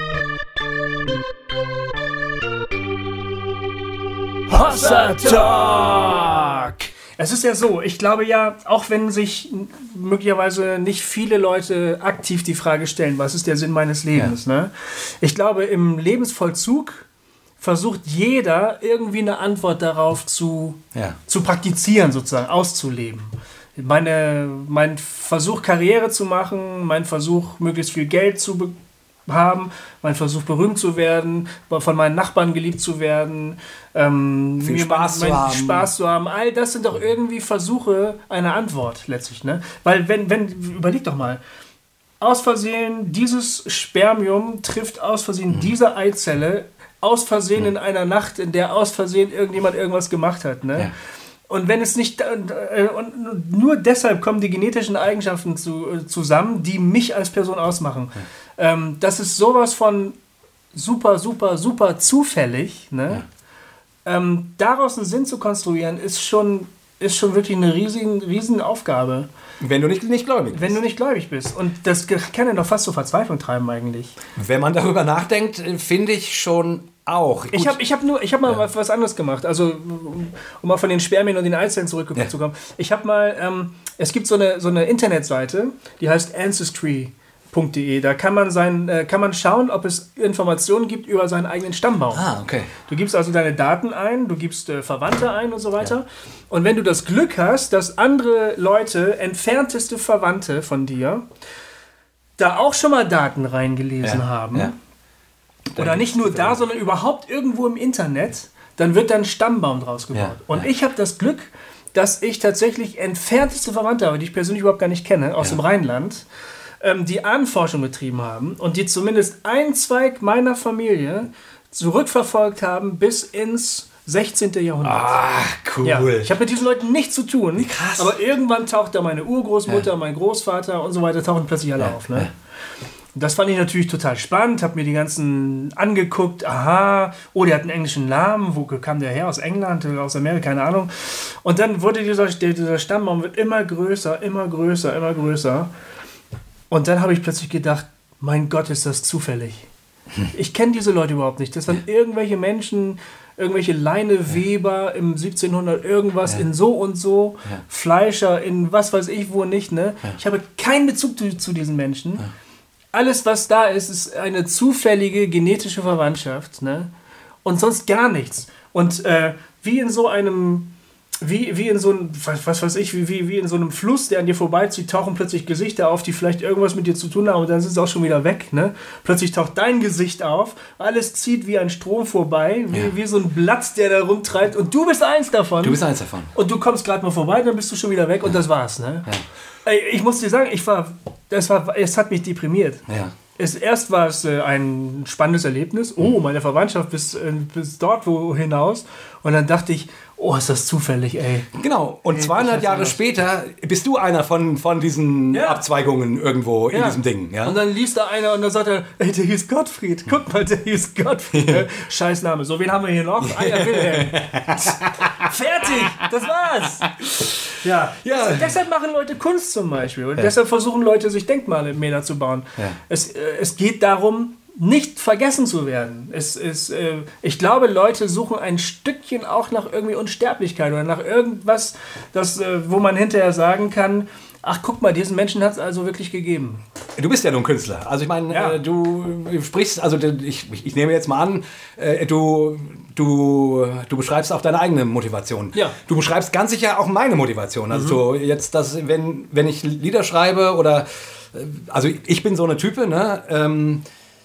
Hossa Talk! Es ist ja so, ich glaube ja, auch wenn sich möglicherweise nicht viele Leute aktiv die Frage stellen, was ist der Sinn meines Lebens, ja. ne? Ich glaube, im Lebensvollzug versucht jeder irgendwie eine Antwort darauf zu, ja. zu praktizieren, sozusagen, auszuleben. Meine, mein Versuch, Karriere zu machen, mein Versuch, möglichst viel Geld zu bekommen, haben, mein Versuch berühmt zu werden, von meinen Nachbarn geliebt zu werden, ähm, viel mir Spaß, mein, zu mein haben. Spaß zu haben. All das sind doch irgendwie Versuche einer Antwort letztlich, ne? Weil wenn, wenn, überleg doch mal, aus Versehen dieses Spermium trifft aus Versehen mhm. diese Eizelle, aus Versehen mhm. in einer Nacht, in der aus Versehen irgendjemand irgendwas gemacht hat, ne? Ja. Und wenn es nicht, und nur deshalb kommen die genetischen Eigenschaften zu, zusammen, die mich als Person ausmachen. Ja. Ähm, das ist sowas von super, super, super zufällig. Ne? Ja. Ähm, daraus einen Sinn zu konstruieren, ist schon ist schon wirklich eine riesen, riesen Aufgabe. Wenn du nicht, nicht gläubig bist. Wenn du nicht gläubig bist. Und das kann ja doch fast zur Verzweiflung treiben eigentlich. Wenn man darüber nachdenkt, finde ich schon auch. Gut. Ich habe ich hab nur, ich habe mal ja. was anderes gemacht. Also, um mal von den Spermien und den Eizellen zurückzukommen. Ja. Ich habe mal, ähm, es gibt so eine, so eine Internetseite, die heißt Ancestry punkt de. Da kann man, sein, äh, kann man schauen, ob es Informationen gibt über seinen eigenen Stammbaum. Ah, okay. Du gibst also deine Daten ein, du gibst äh, Verwandte ein und so weiter. Ja. Und wenn du das Glück hast, dass andere Leute, entfernteste Verwandte von dir, da auch schon mal Daten reingelesen ja. haben, ja. oder nicht nur da, sondern überhaupt irgendwo im Internet, dann wird da ein Stammbaum draus gebaut. Ja. Und ja. ich habe das Glück, dass ich tatsächlich entfernteste Verwandte habe, die ich persönlich überhaupt gar nicht kenne, aus ja. dem Rheinland, die Ahnenforschung betrieben haben und die zumindest einen Zweig meiner Familie zurückverfolgt haben bis ins sechzehnten. Jahrhundert. Ah, cool. Ja, ich habe mit diesen Leuten nichts zu tun, krass. Aber irgendwann taucht da meine Urgroßmutter, ja. mein Großvater und so weiter, tauchen plötzlich alle ja. auf. Ne? Ja. Das fand ich natürlich total spannend, habe mir die ganzen angeguckt, aha, oh, der hat einen englischen Namen, wo kam der her? Aus England, aus Amerika, keine Ahnung. Und dann wurde dieser, dieser Stammbaum wird immer größer, immer größer, immer größer. Und dann habe ich plötzlich gedacht, mein Gott, ist das zufällig. Ich kenne diese Leute überhaupt nicht. Das waren irgendwelche Menschen, irgendwelche Leineweber im siebzehnhundert irgendwas ja. in so und so, ja. Fleischer in was weiß ich wo nicht. Ne? Ja. Ich habe keinen Bezug zu, zu diesen Menschen. Ja. Alles, was da ist, ist eine zufällige genetische Verwandtschaft. Ne? Und sonst gar nichts. Und äh, wie in so einem... Wie, wie in so einem, was, was weiß ich, wie, wie in so einem Fluss, der an dir vorbeizieht, tauchen plötzlich Gesichter auf, die vielleicht irgendwas mit dir zu tun haben und dann sind sie auch schon wieder weg. Ne? Plötzlich taucht dein Gesicht auf, alles zieht wie ein Strom vorbei, wie, ja. wie so ein Blatt, der da rumtreibt und du bist eins davon. Du bist eins davon. Und du kommst gerade mal vorbei, dann bist du schon wieder weg und das war's. Ne? Ja. Ich muss dir sagen, ich war, das war, es hat mich deprimiert. Ja. Es, erst war es äh, ein spannendes Erlebnis. Oh, meine Verwandtschaft bis, äh, bis dort wo hinaus. Und dann dachte ich, oh, ist das zufällig, ey. Genau. Und zweihundert Jahre später bist du einer von, von diesen ja. Abzweigungen irgendwo ja. in diesem Ding. Ja? Und dann liest da einer und dann sagt er, ey, der hieß Gottfried. Guck mal, der hieß Gottfried. Scheißname. So, wen haben wir hier noch? Einer Wilhelm. Fertig. Das war's. Ja. ja. Deshalb, deshalb machen Leute Kunst zum Beispiel. Und ja. deshalb versuchen Leute, sich Denkmalmäler zu bauen. Ja. Es, äh, es geht darum, nicht vergessen zu werden. Es ist, äh, ich glaube, Leute suchen ein Stückchen auch nach irgendwie Unsterblichkeit oder nach irgendwas, das, äh, wo man hinterher sagen kann, ach guck mal, diesen Menschen hat es also wirklich gegeben. Du bist ja nun Künstler. Also ich meine, ja. äh, du sprichst, also ich, ich, ich nehme jetzt mal an, äh, du, du, du beschreibst auch deine eigene Motivation. Ja. Du beschreibst ganz sicher auch meine Motivation. Also mhm. so jetzt, dass, wenn, wenn ich Lieder schreibe oder, äh, also ich bin so eine Type, ne, ähm,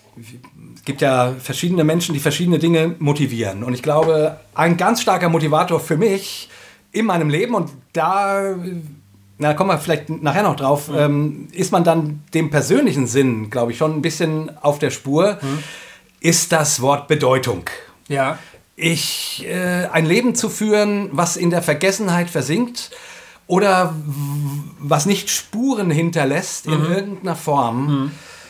es gibt ja verschiedene Menschen, die verschiedene Dinge motivieren. Und ich glaube, ein ganz starker Motivator für mich in meinem Leben, und da, na, kommen wir vielleicht nachher noch drauf, mhm. ähm, ist man dann dem persönlichen Sinn, glaube ich, schon ein bisschen auf der Spur, mhm. ist das Wort Bedeutung. Ja. Ich, äh, ein Leben zu führen, was in der Vergessenheit versinkt oder w- was nicht Spuren hinterlässt mhm. in irgendeiner Form, mhm.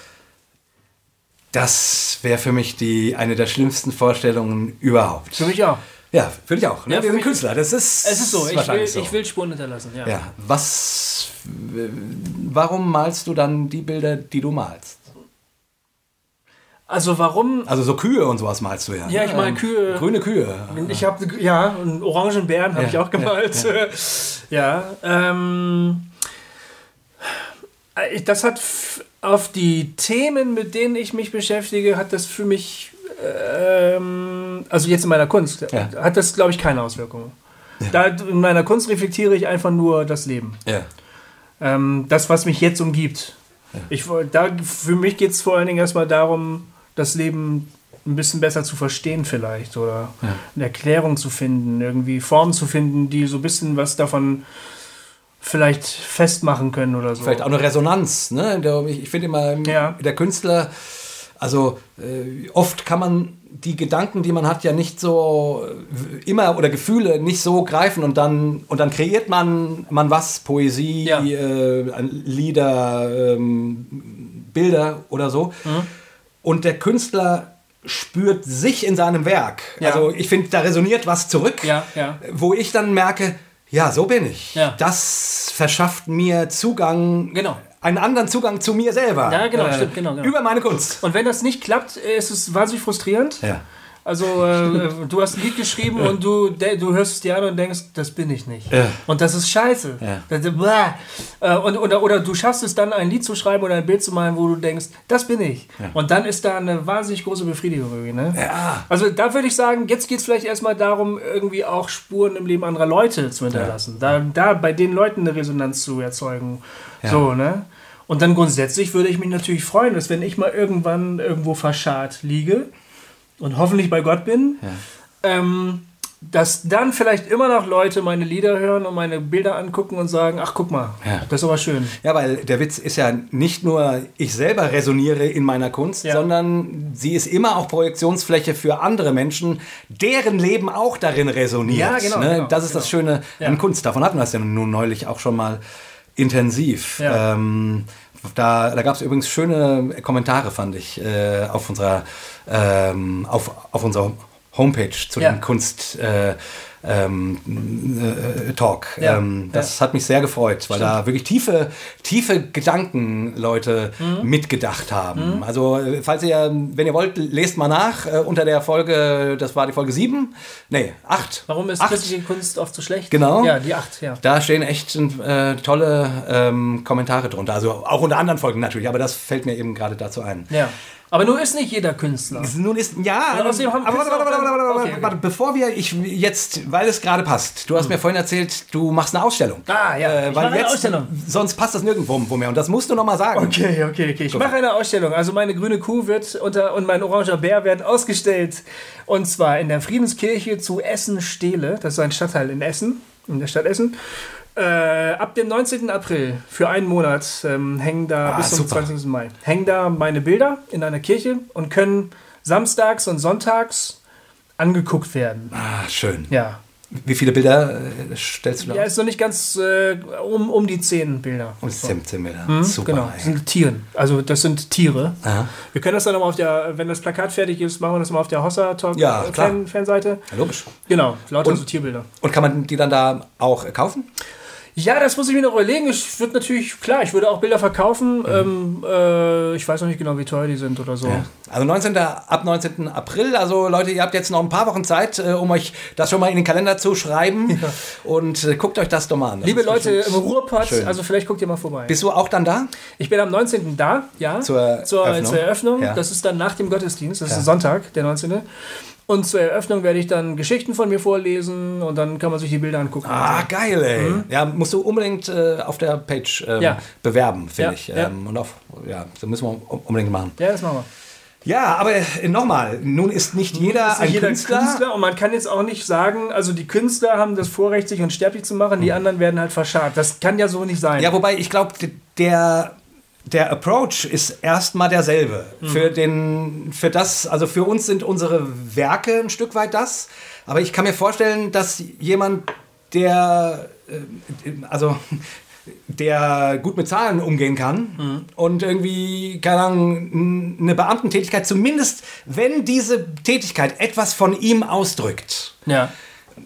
das wäre für mich die, eine der schlimmsten Vorstellungen überhaupt. Für mich auch. Ja, für dich auch. Ne? Ja, Wir sind Künstler. Das ist es ist so. Ich will, so. ich will Spuren hinterlassen. Ja. Ja. Was, warum malst du dann die Bilder, die du malst? Also warum? Also so Kühe und sowas malst du ja. Ja, ich mal Kühe. Grüne Kühe. Ich habe ja und Orangenbeeren habe ja, ich auch gemalt. Ja, ja. ja ähm, das hat f- auf die Themen, mit denen ich mich beschäftige, hat das für mich, ähm, also jetzt in meiner Kunst, ja. hat das, glaube ich, keine Auswirkungen. Ja. Da, in meiner Kunst reflektiere ich einfach nur das Leben. Ja. Ähm, das, was mich jetzt umgibt. Ja. Ich, da, für mich geht es vor allen Dingen erstmal darum, das Leben ein bisschen besser zu verstehen vielleicht oder ja. eine Erklärung zu finden, irgendwie Formen zu finden, die so ein bisschen was davon vielleicht festmachen können oder so. Vielleicht auch eine Resonanz. Ne? Ich finde immer, ja. der Künstler, also äh, oft kann man die Gedanken, die man hat, ja nicht so immer oder Gefühle nicht so greifen und dann, und dann kreiert man, man was, Poesie, ja. äh, Lieder, ähm, Bilder oder so. Mhm. Und der Künstler spürt sich in seinem Werk. Ja. Also ich finde, da resoniert was zurück, ja, ja. wo ich dann merke, Ja, so bin ich. Ja. Das verschafft mir Zugang, Genau. einen anderen Zugang zu mir selber. Ja, genau, äh, stimmt, genau, genau. Über meine Kunst. Und wenn das nicht klappt, ist es wahnsinnig frustrierend. Ja. Also äh, du hast ein Lied geschrieben und du, de, du hörst es dir an und denkst, das bin ich nicht. Ja. Und das ist scheiße. Ja. Das, äh, und, oder, oder du schaffst es dann, ein Lied zu schreiben oder ein Bild zu malen, wo du denkst, das bin ich. Ja. Und dann ist da eine wahnsinnig große Befriedigung irgendwie. Ne? Ja. Also da würde ich sagen, jetzt geht es vielleicht erstmal darum, irgendwie auch Spuren im Leben anderer Leute zu hinterlassen. Ja. Da, da bei den Leuten eine Resonanz zu erzeugen. Ja. So, ne? Und dann grundsätzlich würde ich mich natürlich freuen, dass wenn ich mal irgendwann irgendwo verscharrt liege, und hoffentlich bei Gott bin, ja. ähm, dass dann vielleicht immer noch Leute meine Lieder hören und meine Bilder angucken und sagen, ach guck mal, ja. das ist aber schön. Ja, weil der Witz ist ja nicht nur, ich selber resoniere in meiner Kunst, ja. sondern sie ist immer auch Projektionsfläche für andere Menschen, deren Leben auch darin resoniert. Ja, genau, ne? genau Das ist genau. das Schöne ja. an Kunst. Davon hatten wir es ja nun neulich auch schon mal intensiv. Ja. Ähm, Da, da gab es übrigens schöne Kommentare, fand ich, äh, auf unserer ähm, auf, auf unserer Homepage zu ja. dem Kunst äh, ähm, äh, Talk. Ja. Ähm, das ja. hat mich sehr gefreut, weil Stimmt. da wirklich tiefe, tiefe Gedanken Leute mhm. mitgedacht haben. Mhm. Also falls ihr, wenn ihr wollt, lest mal nach äh, unter der Folge, das war die Folge sieben, nee, acht. Warum ist christliche Kunst oft so schlecht? Genau. Ja, die acht, ja. Da stehen echt äh, tolle ähm, Kommentare drunter. Also auch unter anderen Folgen natürlich, aber das fällt mir eben gerade dazu ein. Ja. Aber nun ist nicht jeder Künstler. Nun ist, ja, aber warte, warte, warte, warte, warte, okay, okay. warte, bevor wir, ich jetzt, weil es gerade passt, du hast hm. mir vorhin erzählt, du machst eine Ausstellung. Ah, ja, äh, ich weil mache jetzt, eine Ausstellung. Sonst passt das nirgendwo mehr und das musst du nochmal sagen. Okay, okay, okay. Ich mache eine Ausstellung. Also meine grüne Kuh wird unter, und mein oranger Bär werden ausgestellt. Und zwar in der Friedenskirche zu Essen-Stehle. Das ist ein Stadtteil in Essen, in der Stadt Essen. Äh, ab dem neunzehnten April für einen Monat ähm, hängen da ah, bis zum super. zwanzigsten Mai hängen da meine Bilder in einer Kirche und können samstags und sonntags angeguckt werden. Ah, schön. Ja. Wie viele Bilder äh, stellst du da? Ja, ist noch nicht ganz äh, um, um die zehn Bilder. Um zehn, zehn Bilder. Mhm, super. Genau, das sind Tieren. Also das sind Tiere. Aha. Wir können das dann nochmal auf der, wenn das Plakat fertig ist, machen wir das mal auf der Hossa Talk ja, Fan, Fanseite. Ja, logisch. Genau, lauter und, so Tierbilder. Und kann man die dann da auch kaufen? Ja, das muss ich mir noch überlegen. Ich würde natürlich, klar, ich würde auch Bilder verkaufen. Mhm. Ähm, äh, ich weiß noch nicht genau, wie teuer die sind oder so. Ja. Also neunzehnten ab neunzehnten April. Also Leute, ihr habt jetzt noch ein paar Wochen Zeit, äh, um euch das schon mal in den Kalender zu schreiben. Ja. Und äh, guckt euch das doch mal an. Das Liebe Leute im Ruhrpott, schön. Also vielleicht guckt ihr mal vorbei. Bist du auch dann da? Ich bin am neunzehnten da, ja. Zur zur Eröffnung. Zur Eröffnung. Ja. Das ist dann nach dem Gottesdienst. Das ja. ist Sonntag, der neunzehnte Und zur Eröffnung werde ich dann Geschichten von mir vorlesen und dann kann man sich die Bilder angucken. Ah, so. Geil, ey. Mhm. Ja, musst du unbedingt äh, auf der Page ähm, ja. bewerben, finde ja, ich. Ja. Ähm, und auf, ja, das müssen wir unbedingt machen. Ja, das machen wir. Ja, aber äh, nochmal, nun ist nicht jeder ist nicht ein jeder Künstler. Künstler. Und man kann jetzt auch nicht sagen, also die Künstler haben das Vorrecht, sich unsterblich zu machen, die mhm. anderen werden halt verscharrt. Das kann ja so nicht sein. Ja, wobei ich glaube, der... Der Approach ist erstmal derselbe. Mhm. Für den, für das, also für uns sind unsere Werke ein Stück weit das. Aber ich kann mir vorstellen, dass jemand, der, also, der gut mit Zahlen umgehen kann mhm. und irgendwie, keine Ahnung, eine Beamtentätigkeit, zumindest wenn diese Tätigkeit etwas von ihm ausdrückt. Ja.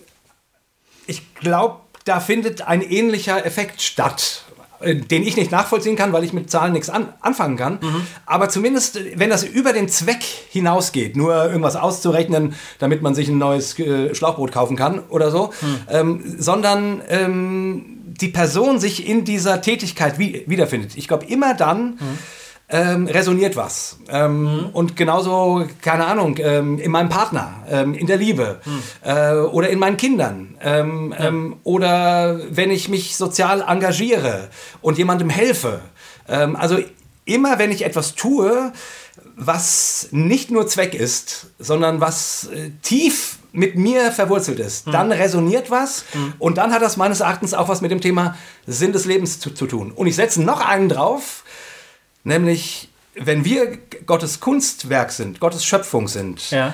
Ich glaube, da findet ein ähnlicher Effekt statt. Den ich nicht nachvollziehen kann, weil ich mit Zahlen nichts an, anfangen kann. Mhm. Aber zumindest, wenn das über den Zweck hinausgeht, nur irgendwas auszurechnen, damit man sich ein neues äh, Schlauchboot kaufen kann oder so, mhm. ähm, sondern ähm, die Person sich in dieser Tätigkeit wie, wiederfindet. Ich glaube, immer dann mhm. ähm, resoniert was. Ähm, mhm. Und genauso, keine Ahnung, ähm, in meinem Partner, ähm, in der Liebe mhm. äh, oder in meinen Kindern. Ähm, ja. ähm, oder wenn ich mich sozial engagiere und jemandem helfe. Ähm, also immer, wenn ich etwas tue, was nicht nur Zweck ist, sondern was äh, tief mit mir verwurzelt ist, mhm. dann resoniert was mhm. und dann hat das meines Erachtens auch was mit dem Thema Sinn des Lebens zu, zu tun. Und ich setze noch einen drauf, nämlich, wenn wir Gottes Kunstwerk sind, Gottes Schöpfung sind, ja.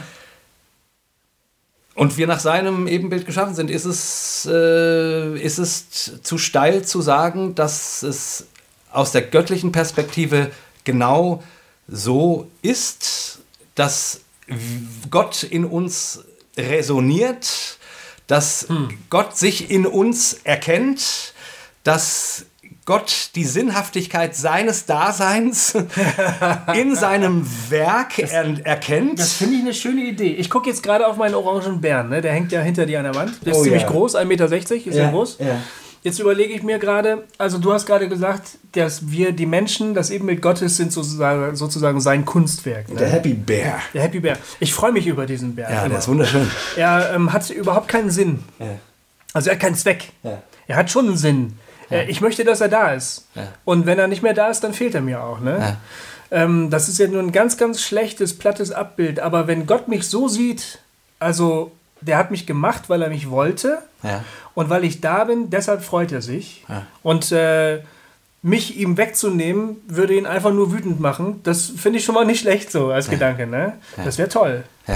und wir nach seinem Ebenbild geschaffen sind, ist es, äh, ist es zu steil zu sagen, dass es aus der göttlichen Perspektive genau so ist, dass Gott in uns resoniert, dass hm. Gott sich in uns erkennt, dass Gott die Sinnhaftigkeit seines Daseins in seinem Werk er- erkennt. Das finde ich eine schöne Idee. Ich gucke jetzt gerade auf meinen orangen Bären. Ne? Der hängt ja hinter dir an der Wand. Der ist oh, ziemlich ja. groß, ein Meter sechzig, ist ja, ja groß. Ja. Jetzt überlege ich mir gerade, also du hast gerade gesagt, dass wir, die Menschen, das Ebenbild Gottes sind sozusagen, sozusagen sein Kunstwerk. Ne? Der Happy Bear. Der Happy Bear. Ich freue mich über diesen Bär. Ja, immer. Der ist wunderschön. Er ähm, hat überhaupt keinen Sinn. Ja. Also er hat keinen Zweck. Ja. Er hat schon einen Sinn. Ja. Ich möchte, dass er da ist. Ja. Und wenn er nicht mehr da ist, dann fehlt er mir auch. Ne? Ja. Ähm, das ist ja nur ein ganz, ganz schlechtes, plattes Abbild. Aber wenn Gott mich so sieht, also der hat mich gemacht, weil er mich wollte. Ja. Und weil ich da bin, deshalb freut er sich. Ja. Und äh, mich ihm wegzunehmen, würde ihn einfach nur wütend machen. Das finde ich schon mal nicht schlecht so als ja. Gedanke. Ne? Ja. Das wäre toll. Ja.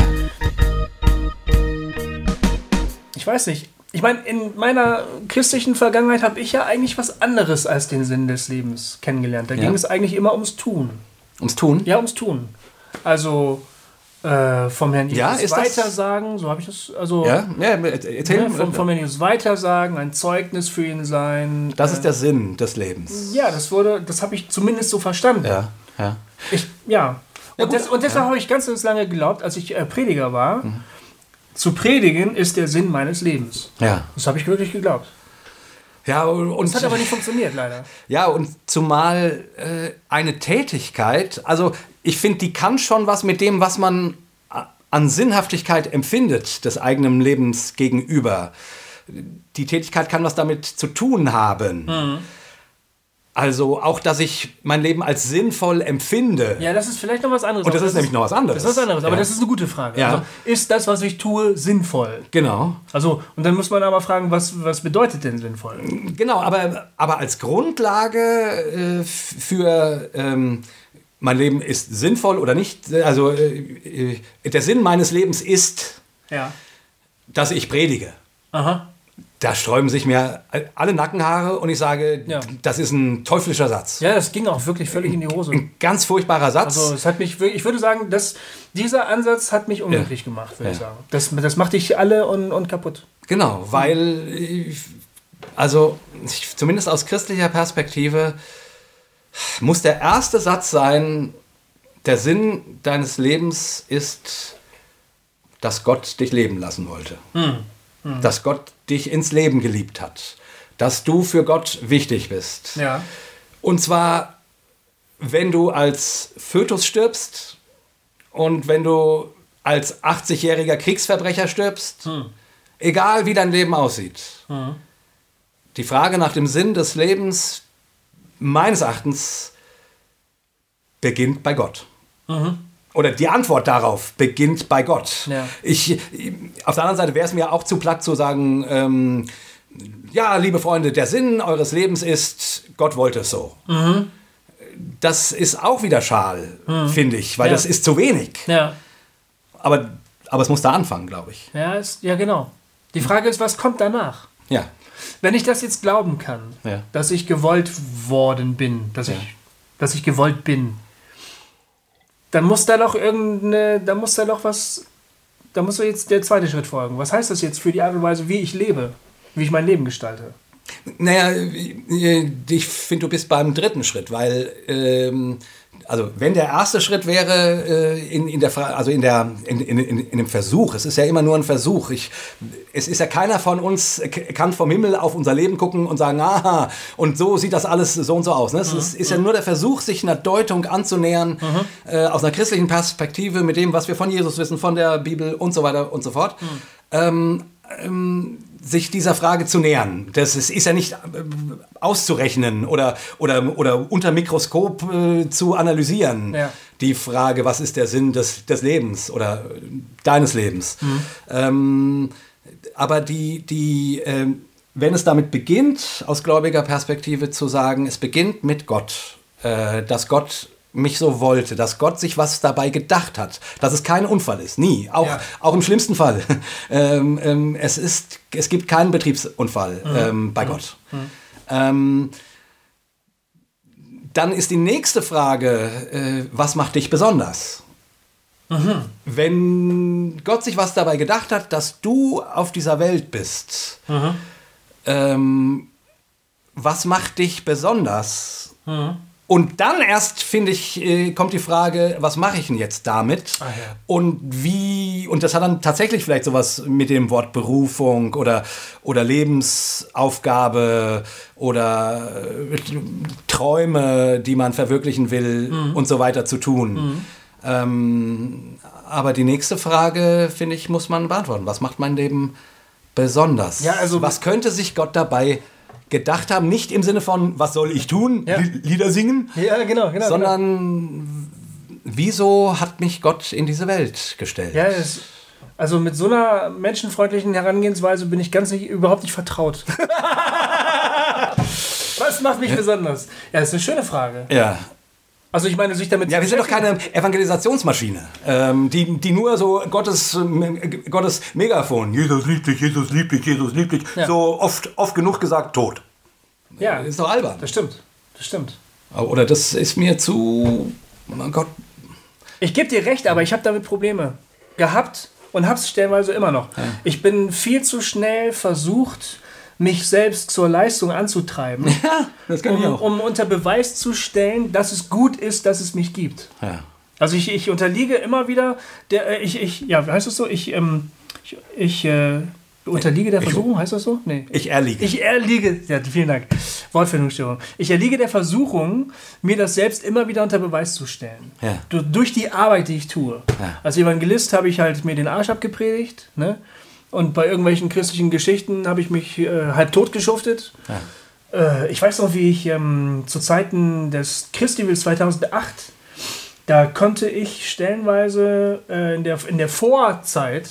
Ich weiß nicht. Ich meine, in meiner christlichen Vergangenheit habe ich ja eigentlich was anderes als den Sinn des Lebens kennengelernt. Da ja. ging es eigentlich immer ums Tun. Ums Tun? Ja, ums Tun. Also äh, vom Herrn Jesus ja, ist weitersagen, das? So habe ich das. Also, ja, ja erzähl ne, vom, vom Herrn Jesus weitersagen, ein Zeugnis für ihn sein. Das äh, ist der Sinn des Lebens. Ja, das wurde, das habe ich zumindest so verstanden. Ja, ja. Ich, ja. ja und, das, und deshalb ja. habe ich ganz, ganz lange geglaubt, als ich äh, Prediger war. Mhm. Zu predigen ist der Sinn meines Lebens. Ja. Das habe ich wirklich geglaubt. Ja, und, und das hat aber nicht funktioniert, leider. Ja, und zumal äh, eine Tätigkeit, also ich finde, die kann schon was mit dem, was man an Sinnhaftigkeit empfindet, des eigenen Lebens gegenüber. Die Tätigkeit kann was damit zu tun haben. Mhm. Also auch, dass ich mein Leben als sinnvoll empfinde. Ja, das ist vielleicht noch was anderes. Und das ist nämlich noch was anderes. Das ist was anderes, aber ja. das ist eine gute Frage. Ja. Also, ist das, was ich tue, sinnvoll? Genau. Also, und dann muss man aber fragen, was, was bedeutet denn sinnvoll? Genau, aber, aber als Grundlage äh, für ähm, mein Leben ist sinnvoll oder nicht, also äh, der Sinn meines Lebens ist, ja. dass ich predige. Aha. Da sträuben sich mir alle Nackenhaare und ich sage, ja. das ist ein teuflischer Satz. Ja, das ging auch wirklich völlig in die Hose. Ein ganz furchtbarer Satz. Also es hat mich, ich würde sagen, dass dieser Ansatz hat mich unglücklich ja. gemacht, würde ja. ich sagen. Das, das macht dich alle und, und kaputt. Genau, weil, ich, also ich, zumindest aus christlicher Perspektive, muss der erste Satz sein, der Sinn deines Lebens ist, dass Gott dich leben lassen wollte. Hm. Hm. Dass Gott dich ins Leben geliebt hat. Dass du für Gott wichtig bist. Ja. Und zwar, wenn du als Fötus stirbst und wenn du als achtzigjähriger Kriegsverbrecher stirbst, hm. egal wie dein Leben aussieht. Hm. Die Frage nach dem Sinn des Lebens, meines Erachtens, beginnt bei Gott. Mhm. Oder die Antwort darauf beginnt bei Gott. Ja. Ich, auf der anderen Seite wäre es mir auch zu platt zu sagen, ähm, ja, liebe Freunde, der Sinn eures Lebens ist, Gott wollte es so. Mhm. Das ist auch wieder schal, mhm. finde ich, weil ja. das ist zu wenig. Ja. Aber, aber es muss da anfangen, glaube ich. Ja, ist, ja, genau. Die Frage ist, was kommt danach? Ja. Wenn ich das jetzt glauben kann, ja. dass ich gewollt worden bin, dass, ja. ich, dass ich gewollt bin, dann muss da doch irgendeine, da muss da doch was, da muss doch jetzt der zweite Schritt folgen. Was heißt das jetzt für die Art und Weise, wie ich lebe, wie ich mein Leben gestalte? Naja, ich finde, du bist beim dritten Schritt, weil, ähm, also wenn der erste Schritt wäre äh, in, in der, also in der, in, in, in dem Versuch, es ist ja immer nur ein Versuch. Ich, es ist ja keiner von uns kann vom Himmel auf unser Leben gucken und sagen, aha, und so sieht das alles so und so aus. Ne? Es mhm. ist, ist ja nur der Versuch, sich einer Deutung anzunähern, mhm. äh, aus einer christlichen Perspektive, mit dem, was wir von Jesus wissen, von der Bibel und so weiter und so fort. Mhm. Ähm, ähm, sich dieser Frage zu nähern. Das ist, ist ja nicht äh, auszurechnen oder, oder, oder unter Mikroskop äh, zu analysieren. Ja. Die Frage, was ist der Sinn des, des Lebens oder deines Lebens. Mhm. Ähm, aber die, die, äh, wenn es damit beginnt, aus gläubiger Perspektive zu sagen, es beginnt mit Gott, äh, dass Gott mich so wollte, dass Gott sich was dabei gedacht hat, dass es kein Unfall ist, nie, auch, ja. auch im schlimmsten Fall. ähm, ähm, es, ist, es gibt keinen Betriebsunfall mhm. ähm, bei mhm. Gott. Mhm. Ähm, dann ist die nächste Frage, äh, was macht dich besonders? Mhm. Wenn Gott sich was dabei gedacht hat, dass du auf dieser Welt bist, mhm. ähm, was macht dich besonders? Mhm. Und dann erst, finde ich, äh, kommt die Frage, was mache ich denn jetzt damit? Ah, ja. Und wie, und das hat dann tatsächlich vielleicht sowas mit dem Wort Berufung oder, oder Lebensaufgabe oder äh, Träume, die man verwirklichen will mhm. und so weiter zu tun. Mhm. Ähm, aber die nächste Frage, finde ich, muss man beantworten. Was macht mein Leben besonders? Ja, also, was könnte sich Gott dabei gedacht haben? Nicht im Sinne von, was soll ich tun? Ja. Lieder singen? Ja, genau, genau. Sondern genau. wieso hat mich Gott in diese Welt gestellt? Ja, es, also mit so einer menschenfreundlichen Herangehensweise bin ich ganz nicht, überhaupt nicht vertraut. Was macht mich ja. besonders? Ja, das ist eine schöne Frage. Ja. Also ich meine, sich damit... Ja, wir sind doch keine Evangelisationsmaschine, ähm, die, die nur so Gottes, äh, Gottes Megafon, Jesus liebt dich, Jesus liebt dich, Jesus liebt dich, ja. so oft, oft genug gesagt, tot. Ja. Ist doch albern. Das stimmt, das stimmt. Oder das ist mir zu... Mein Gott. Ich gebe dir recht, aber ich habe damit Probleme gehabt und habe es stellenweise immer noch. Ja. Ich bin viel zu schnell versucht, mich selbst zur Leistung anzutreiben, ja, das kann um, ich auch. um unter Beweis zu stellen, dass es gut ist, dass es mich gibt. Ja. Also ich, ich unterliege immer wieder, der, ich, ich, ja, heißt das so? Ich, ähm, ich, ich äh, unterliege der Versuchung, ich, heißt das so? Nee. Ich erliege. Ich erliege, ja, vielen Dank, Wortfindungsstörung. Ich erliege der Versuchung, mir das selbst immer wieder unter Beweis zu stellen. Ja. Du, durch die Arbeit, die ich tue. Ja. Als Evangelist habe ich halt mir den Arsch abgepredigt, ne? Und bei irgendwelchen christlichen Geschichten habe ich mich äh, halb tot geschuftet. Ja. Äh, ich weiß noch, wie ich ähm, zu Zeiten des Christivals zweitausendacht, da konnte ich stellenweise äh, in, der, in der Vorzeit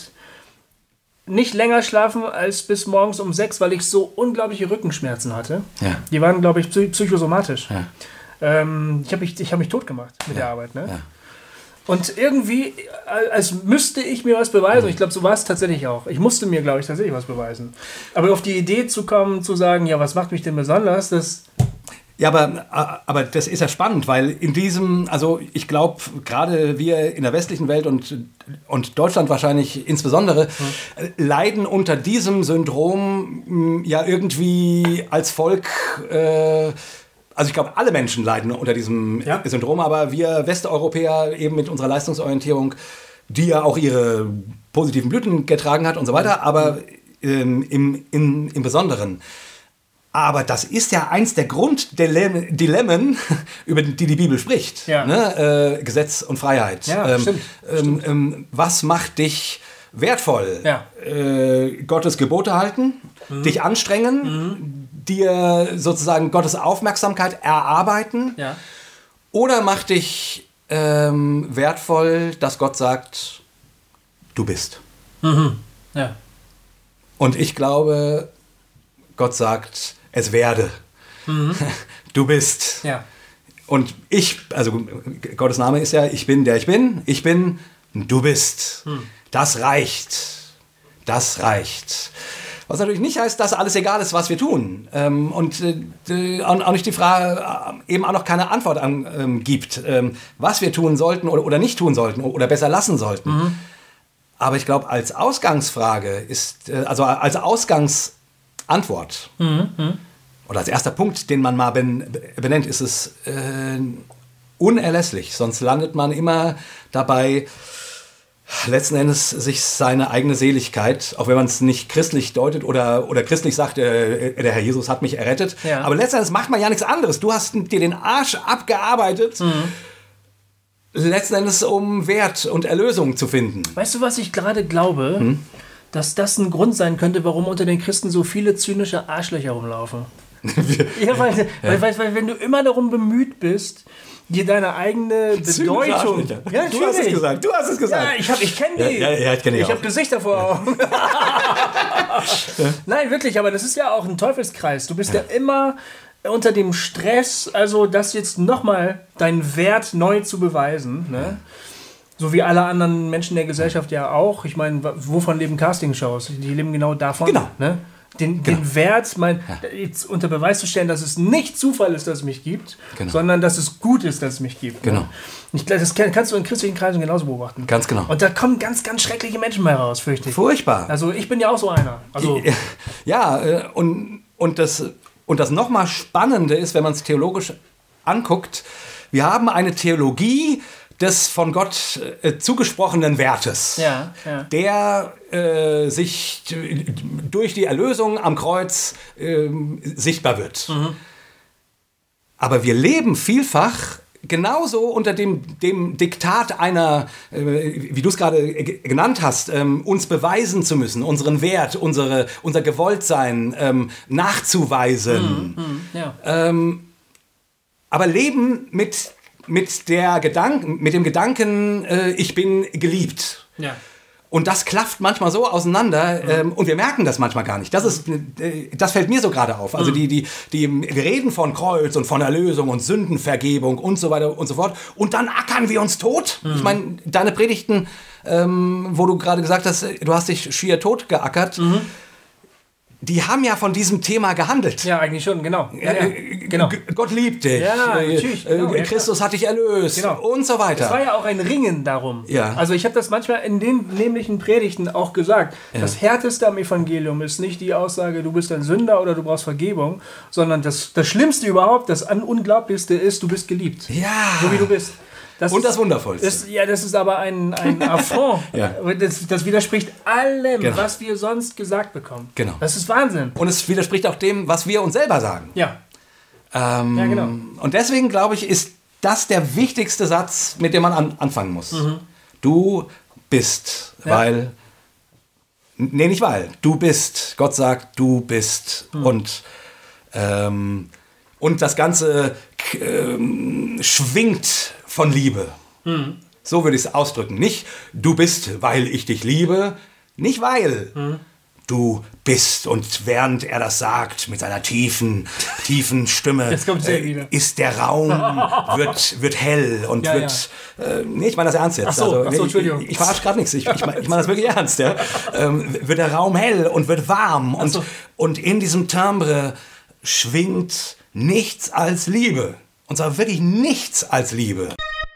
nicht länger schlafen als bis morgens um sechs, weil ich so unglaubliche Rückenschmerzen hatte. Ja. Die waren, glaube ich, psych- psychosomatisch. Ja. Ähm, ich habe mich, ich hab mich tot gemacht mit ja. der Arbeit. Ne? Ja. Und irgendwie, als müsste ich mir was beweisen. Ich glaube, so war es tatsächlich auch. Ich musste mir, glaube ich, tatsächlich was beweisen. Aber auf die Idee zu kommen, zu sagen, ja, was macht mich denn besonders, das... Ja, aber, aber das ist ja spannend, weil in diesem, also ich glaube, gerade wir in der westlichen Welt und, und Deutschland wahrscheinlich insbesondere, hm. leiden unter diesem Syndrom ja irgendwie als Volk... Äh, Also ich glaube, alle Menschen leiden unter diesem ja. Syndrom, aber wir Westeuropäer eben mit unserer Leistungsorientierung, die ja auch ihre positiven Blüten getragen hat und so weiter, aber ähm, im, in, im Besonderen. Aber das ist ja eins der Grunddilemmen, über die die Bibel spricht. Ja. Ne? Äh, Gesetz und Freiheit. Ja, ähm, stimmt. Ähm, stimmt. Ähm, was macht dich wertvoll? Ja. Äh, Gottes Gebote halten, mhm. dich anstrengen, mhm. dir sozusagen Gottes Aufmerksamkeit erarbeiten? Ja. Oder macht dich ähm, wertvoll, dass Gott sagt, du bist? Mhm. Ja. Und ich glaube, Gott sagt, es werde. Mhm. Du bist. Ja. Und ich, also Gottes Name ist ja, ich bin, der ich bin. Ich bin, du bist. Mhm. Das reicht. Das reicht. Was natürlich nicht heißt, dass alles egal ist, was wir tun. Ähm, und äh, auch nicht die Frage, äh, eben auch noch keine Antwort an, ähm, gibt, ähm, was wir tun sollten oder, oder nicht tun sollten oder besser lassen sollten. Mhm. Aber ich glaube, als Ausgangsfrage ist, äh, also als Ausgangsantwort mhm. oder als erster Punkt, den man mal ben, benennt, ist es äh, unerlässlich. Sonst landet man immer dabei, letzten Endes sich seine eigene Seligkeit, auch wenn man es nicht christlich deutet oder, oder christlich sagt, äh, der Herr Jesus hat mich errettet, ja. aber letzten Endes macht man ja nichts anderes. Du hast dir den Arsch abgearbeitet, mhm. letzten Endes um Wert und Erlösung zu finden. Weißt du, was ich gerade glaube? Hm? Dass das ein Grund sein könnte, warum unter den Christen so viele zynische Arschlöcher rumlaufen. ja, weil, ja. Weil, weil, weil wenn du immer darum bemüht bist, dir deine eigene Bedeutung... Ja, du hast es gesagt, du hast es gesagt. Ja, ich, ich kenne die. Ja, ja, ja, ich kenne die Ich habe Gesichter vor Augen. Nein, wirklich, aber das ist ja auch ein Teufelskreis. Du bist ja, ja immer unter dem Stress, also das jetzt nochmal deinen Wert neu zu beweisen. Ne? Ja. So wie alle anderen Menschen der Gesellschaft ja auch. Ich meine, wovon leben Castingshows? Die leben genau davon. Genau. Ne? Den, Genau. den Wert, mein, Ja. jetzt unter Beweis zu stellen, dass es nicht Zufall ist, dass es mich gibt, Genau. sondern dass es gut ist, dass es mich gibt. Genau. Ne? Ich glaube, das kann, kannst du in christlichen Kreisen genauso beobachten. Ganz genau. Und da kommen ganz, ganz schreckliche Menschen bei raus, fürchte ich. Furchtbar. Also ich bin ja auch so einer. Also, Ja, äh, und, und das, und das nochmal Spannende ist, wenn man es theologisch anguckt, wir haben eine Theologie des von Gott äh, zugesprochenen Wertes, ja, ja. der äh, sich äh, durch die Erlösung am Kreuz äh, sichtbar wird. Mhm. Aber wir leben vielfach genauso unter dem, dem Diktat einer, äh, wie du es gerade g- genannt hast, ähm, uns beweisen zu müssen, unseren Wert, unsere, unser Gewolltsein ähm, nachzuweisen. Mhm, ja. Ähm, aber leben mit, mit, der Gedanken, mit dem Gedanken, äh, ich bin geliebt. Ja. Und das klafft manchmal so auseinander ähm, und wir merken das manchmal gar nicht. Das, ist, äh, das fällt mir so gerade auf. Also die, die, die wir reden von Kreuz und von Erlösung und Sündenvergebung und so weiter und so fort. Und dann ackern wir uns tot. Ich meine, deine Predigten, ähm, wo du gerade gesagt hast, du hast dich schier tot geackert, die haben ja von diesem Thema gehandelt. Ja, eigentlich schon, genau. Ja, ja, Äh, genau. G- Gott liebt dich. Ja, Äh, natürlich, äh, genau, ja, Christus hat dich erlöst. Genau. Und so weiter. Es war ja auch ein Ringen darum. Ja. Also ich habe das manchmal in den nämlichen Predigten auch gesagt. Das Härteste am Evangelium ist nicht die Aussage, du bist ein Sünder oder du brauchst Vergebung, sondern das, das Schlimmste überhaupt, das Unglaublichste ist, du bist geliebt. Ja. So wie du bist. Das Und ist, das Wundervollste. ist, ja, das ist aber ein, ein Affront. Ja. das, das widerspricht allem, Genau. was wir sonst gesagt bekommen. Genau. Das ist Wahnsinn. Und es widerspricht auch dem, was wir uns selber sagen. Ja. Ähm, Ja, genau. Und deswegen, glaube ich, ist das der wichtigste Satz, mit dem man an, anfangen muss. Du bist, Mhm. Ja. weil... Nee, nicht weil. Du bist. Gott sagt, du bist. Mhm. Und, ähm, und das Ganze k- ähm, schwingt von Liebe. Mhm. So würde ich es ausdrücken. Nicht, du bist, weil ich dich liebe. Nicht weil. Mhm. Du bist. Und während er das sagt, mit seiner tiefen, tiefen Stimme, Jetzt kommt's ja äh, wieder. ist der Raum, wird, wird hell und Ja, wird... Äh, nee, ich meine das ernst jetzt. Ach so, ach so, ich, Entschuldigung. Ich, ich verarsche gerade nichts. Ich, ich meine ich mein das wirklich ernst. Ja? Ähm, wird der Raum hell und wird warm. Und, so. und in diesem Timbre schwingt nichts als Liebe. Und zwar wirklich nichts als Liebe.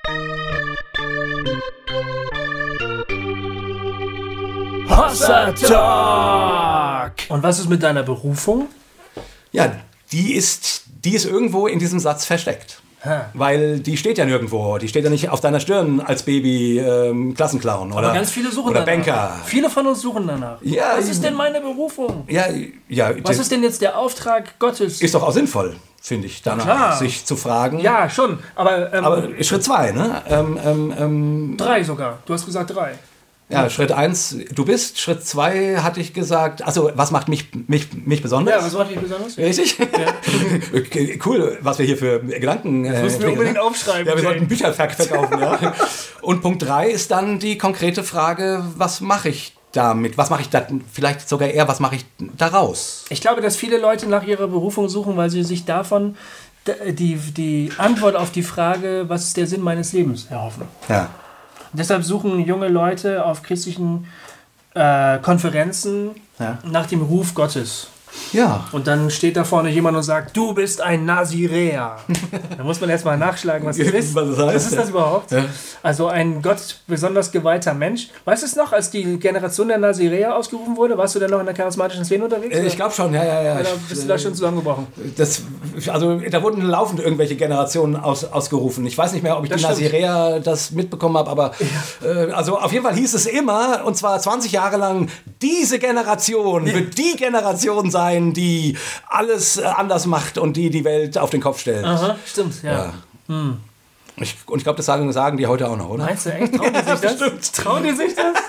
Hossa Talk! Und was ist mit deiner Berufung? Ja, die ist, die ist irgendwo in diesem Satz versteckt. Ha. Weil die steht ja nirgendwo. Die steht ja nicht auf deiner Stirn als Baby ähm, Klassenclown oder, Aber ganz viele suchen oder danach. Banker. Viele von uns suchen danach. Ja, was ist denn meine Berufung? Ja, ja, Was das ist denn jetzt der Auftrag Gottes? ist doch auch sinnvoll, finde ich, danach klar. sich zu fragen. Ja, schon. Aber, ähm, Aber Schritt zwei, ne? Ähm, ähm, ähm, drei sogar. Du hast gesagt drei. ja, Schritt eins, du bist. Schritt zwei hatte ich gesagt, also was macht mich, mich, mich besonders? Ja, was macht dich besonders? Richtig? Okay, cool, was wir hier für Gedanken äh, müssen wir entwickeln, unbedingt ne? aufschreiben, Ja, wir Jay. sollten Bücher verk- verkaufen. Ja. Und Punkt drei ist dann die konkrete Frage, was mache ich damit? Was mache ich da? Vielleicht sogar eher, was mache ich daraus? Ich glaube, dass viele Leute nach ihrer Berufung suchen, weil sie sich davon d- die, die Antwort auf die Frage, was ist der Sinn meines Lebens, erhoffen. Ja. Deshalb suchen junge Leute auf christlichen äh, Konferenzen Ja. nach dem Ruf Gottes. Ja. Und dann steht da vorne jemand und sagt, du bist ein Naziräer. Da muss man erstmal nachschlagen, was das ist. Was das heißt, was ist das ja. überhaupt? Ja. Also ein Gott besonders geweihter Mensch. Weißt du es noch, als die Generation der Naziräer ausgerufen wurde? Warst du denn noch in der charismatischen Szene unterwegs? Äh, Ich glaube schon, ja, ja, ja. Oder Ich, bist du da schon zusammengebrochen? Das, also da wurden laufend irgendwelche Generationen aus, ausgerufen. Ich weiß nicht mehr, ob ich Das die stimmt. Naziräer das mitbekommen habe, aber äh, also auf jeden Fall hieß es immer, und zwar zwanzig Jahre lang, diese Generation wird die Generation sein, die alles äh, anders macht und die die Welt auf den Kopf stellt. Aha, stimmt, ja. Ja. Ich, und ich glaube, das sagen, sagen die heute auch noch, oder? Meinst du echt? Trauen die sich das? Bestimmt. Trauen die sich das?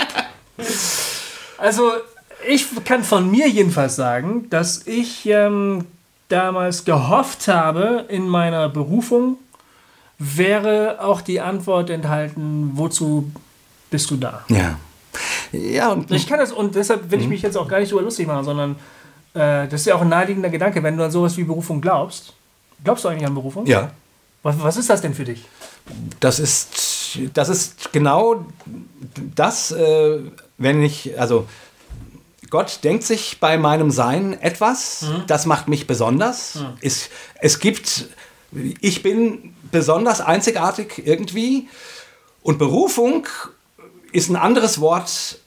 Also, ich kann von mir jedenfalls sagen, dass ich ähm, damals gehofft habe, in meiner Berufung wäre auch die Antwort enthalten, wozu bist du da? Ja. Ja, und Ich kann das, und deshalb will ich mich jetzt auch gar nicht drüber lustig machen, sondern äh, das ist ja auch ein naheliegender Gedanke, wenn du an sowas wie Berufung glaubst. Glaubst du eigentlich an Berufung? ja. Was, was ist das denn für dich? Das ist, das ist genau das, äh, wenn ich, also Gott denkt sich bei meinem Sein etwas, mhm. das macht mich besonders. Mhm. Es, es gibt, ich bin besonders einzigartig irgendwie. Und Berufung ist ein anderes Wort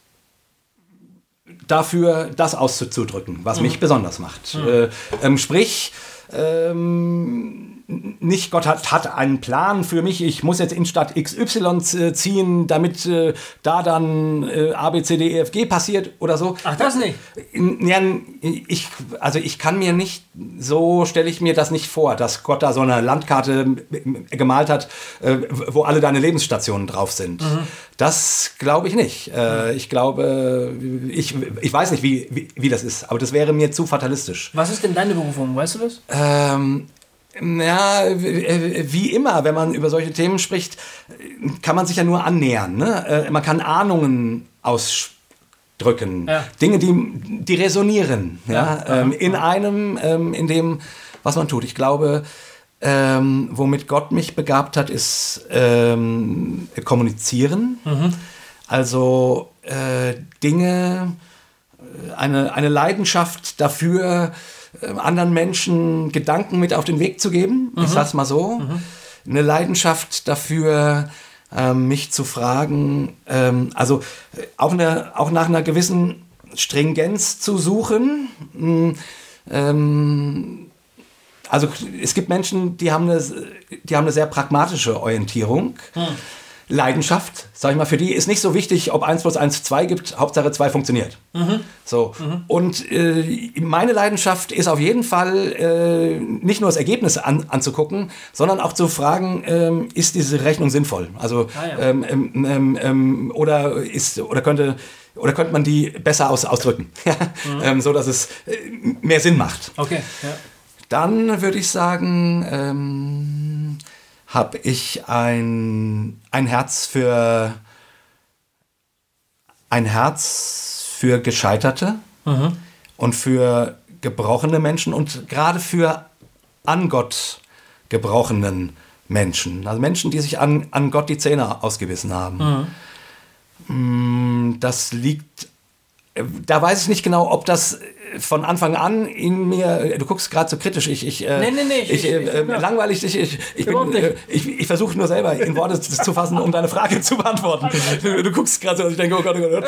dafür, das auszudrücken, was mhm. mich besonders macht. Mhm. Äh, ähm, sprich, ähm, nicht Gott hat, hat einen Plan für mich, ich muss jetzt in Stadt X Y ziehen, damit äh, da dann äh, A, B, C, D, E, F, G passiert oder so. Ach, das nicht? Ja, ich, also ich kann mir nicht, so stelle ich mir das nicht vor, dass Gott da so eine Landkarte gemalt hat, äh, wo alle deine Lebensstationen drauf sind. Mhm. Das glaube ich nicht. Äh, ich glaube, ich, ich weiß nicht, wie, wie, wie das ist, aber das wäre mir zu fatalistisch. Was ist denn deine Berufung, weißt du das? Ähm... Ja, wie immer, wenn man über solche Themen spricht, kann man sich ja nur annähern. Ne? Man kann Ahnungen ausdrücken, ja. Dinge, die, die resonieren ja, ja. Ähm, in einem, ähm, in dem, was man tut. Ich glaube, ähm, womit Gott mich begabt hat, ist ähm, kommunizieren. Mhm. Also äh, Dinge, eine, eine Leidenschaft dafür, anderen Menschen Gedanken mit auf den Weg zu geben, mhm. ich sag's mal so. Mhm. Eine Leidenschaft dafür, ähm, mich zu fragen, ähm, also auch, eine, auch nach einer gewissen Stringenz zu suchen. Ähm, also es gibt Menschen, die haben eine, die haben eine sehr pragmatische Orientierung. Mhm. Leidenschaft, sag ich mal, für die ist nicht so wichtig, ob eins plus eins zwei gibt, Hauptsache zwei funktioniert. Mhm. So. Mhm. Und äh, meine Leidenschaft ist auf jeden Fall äh, nicht nur das Ergebnis an, anzugucken, sondern auch zu fragen, ähm, ist diese Rechnung sinnvoll? Also ah, ja. ähm, ähm, ähm, oder ist oder könnte oder könnte man die besser aus, ausdrücken, mhm. ähm, so dass es äh, mehr Sinn macht. Okay. Ja. Dann würde ich sagen, ähm, habe ich ein, ein Herz für ein Herz für Gescheiterte mhm. und für gebrochene Menschen und gerade für an Gott gebrochenen Menschen. Also Menschen, die sich an, an Gott die Zähne ausgebissen haben. Mhm. Das liegt, da weiß ich nicht genau, ob das von Anfang an in mir, du guckst gerade so kritisch, ich, ich, nee, nee, nee, ich, ich, ich äh, langweilig dich, ich, ich, äh, ich, ich versuche nur selber in Worte zu fassen, um deine Frage zu beantworten. Du, du guckst gerade so, dass ich denke, oh Gott, oh Gott.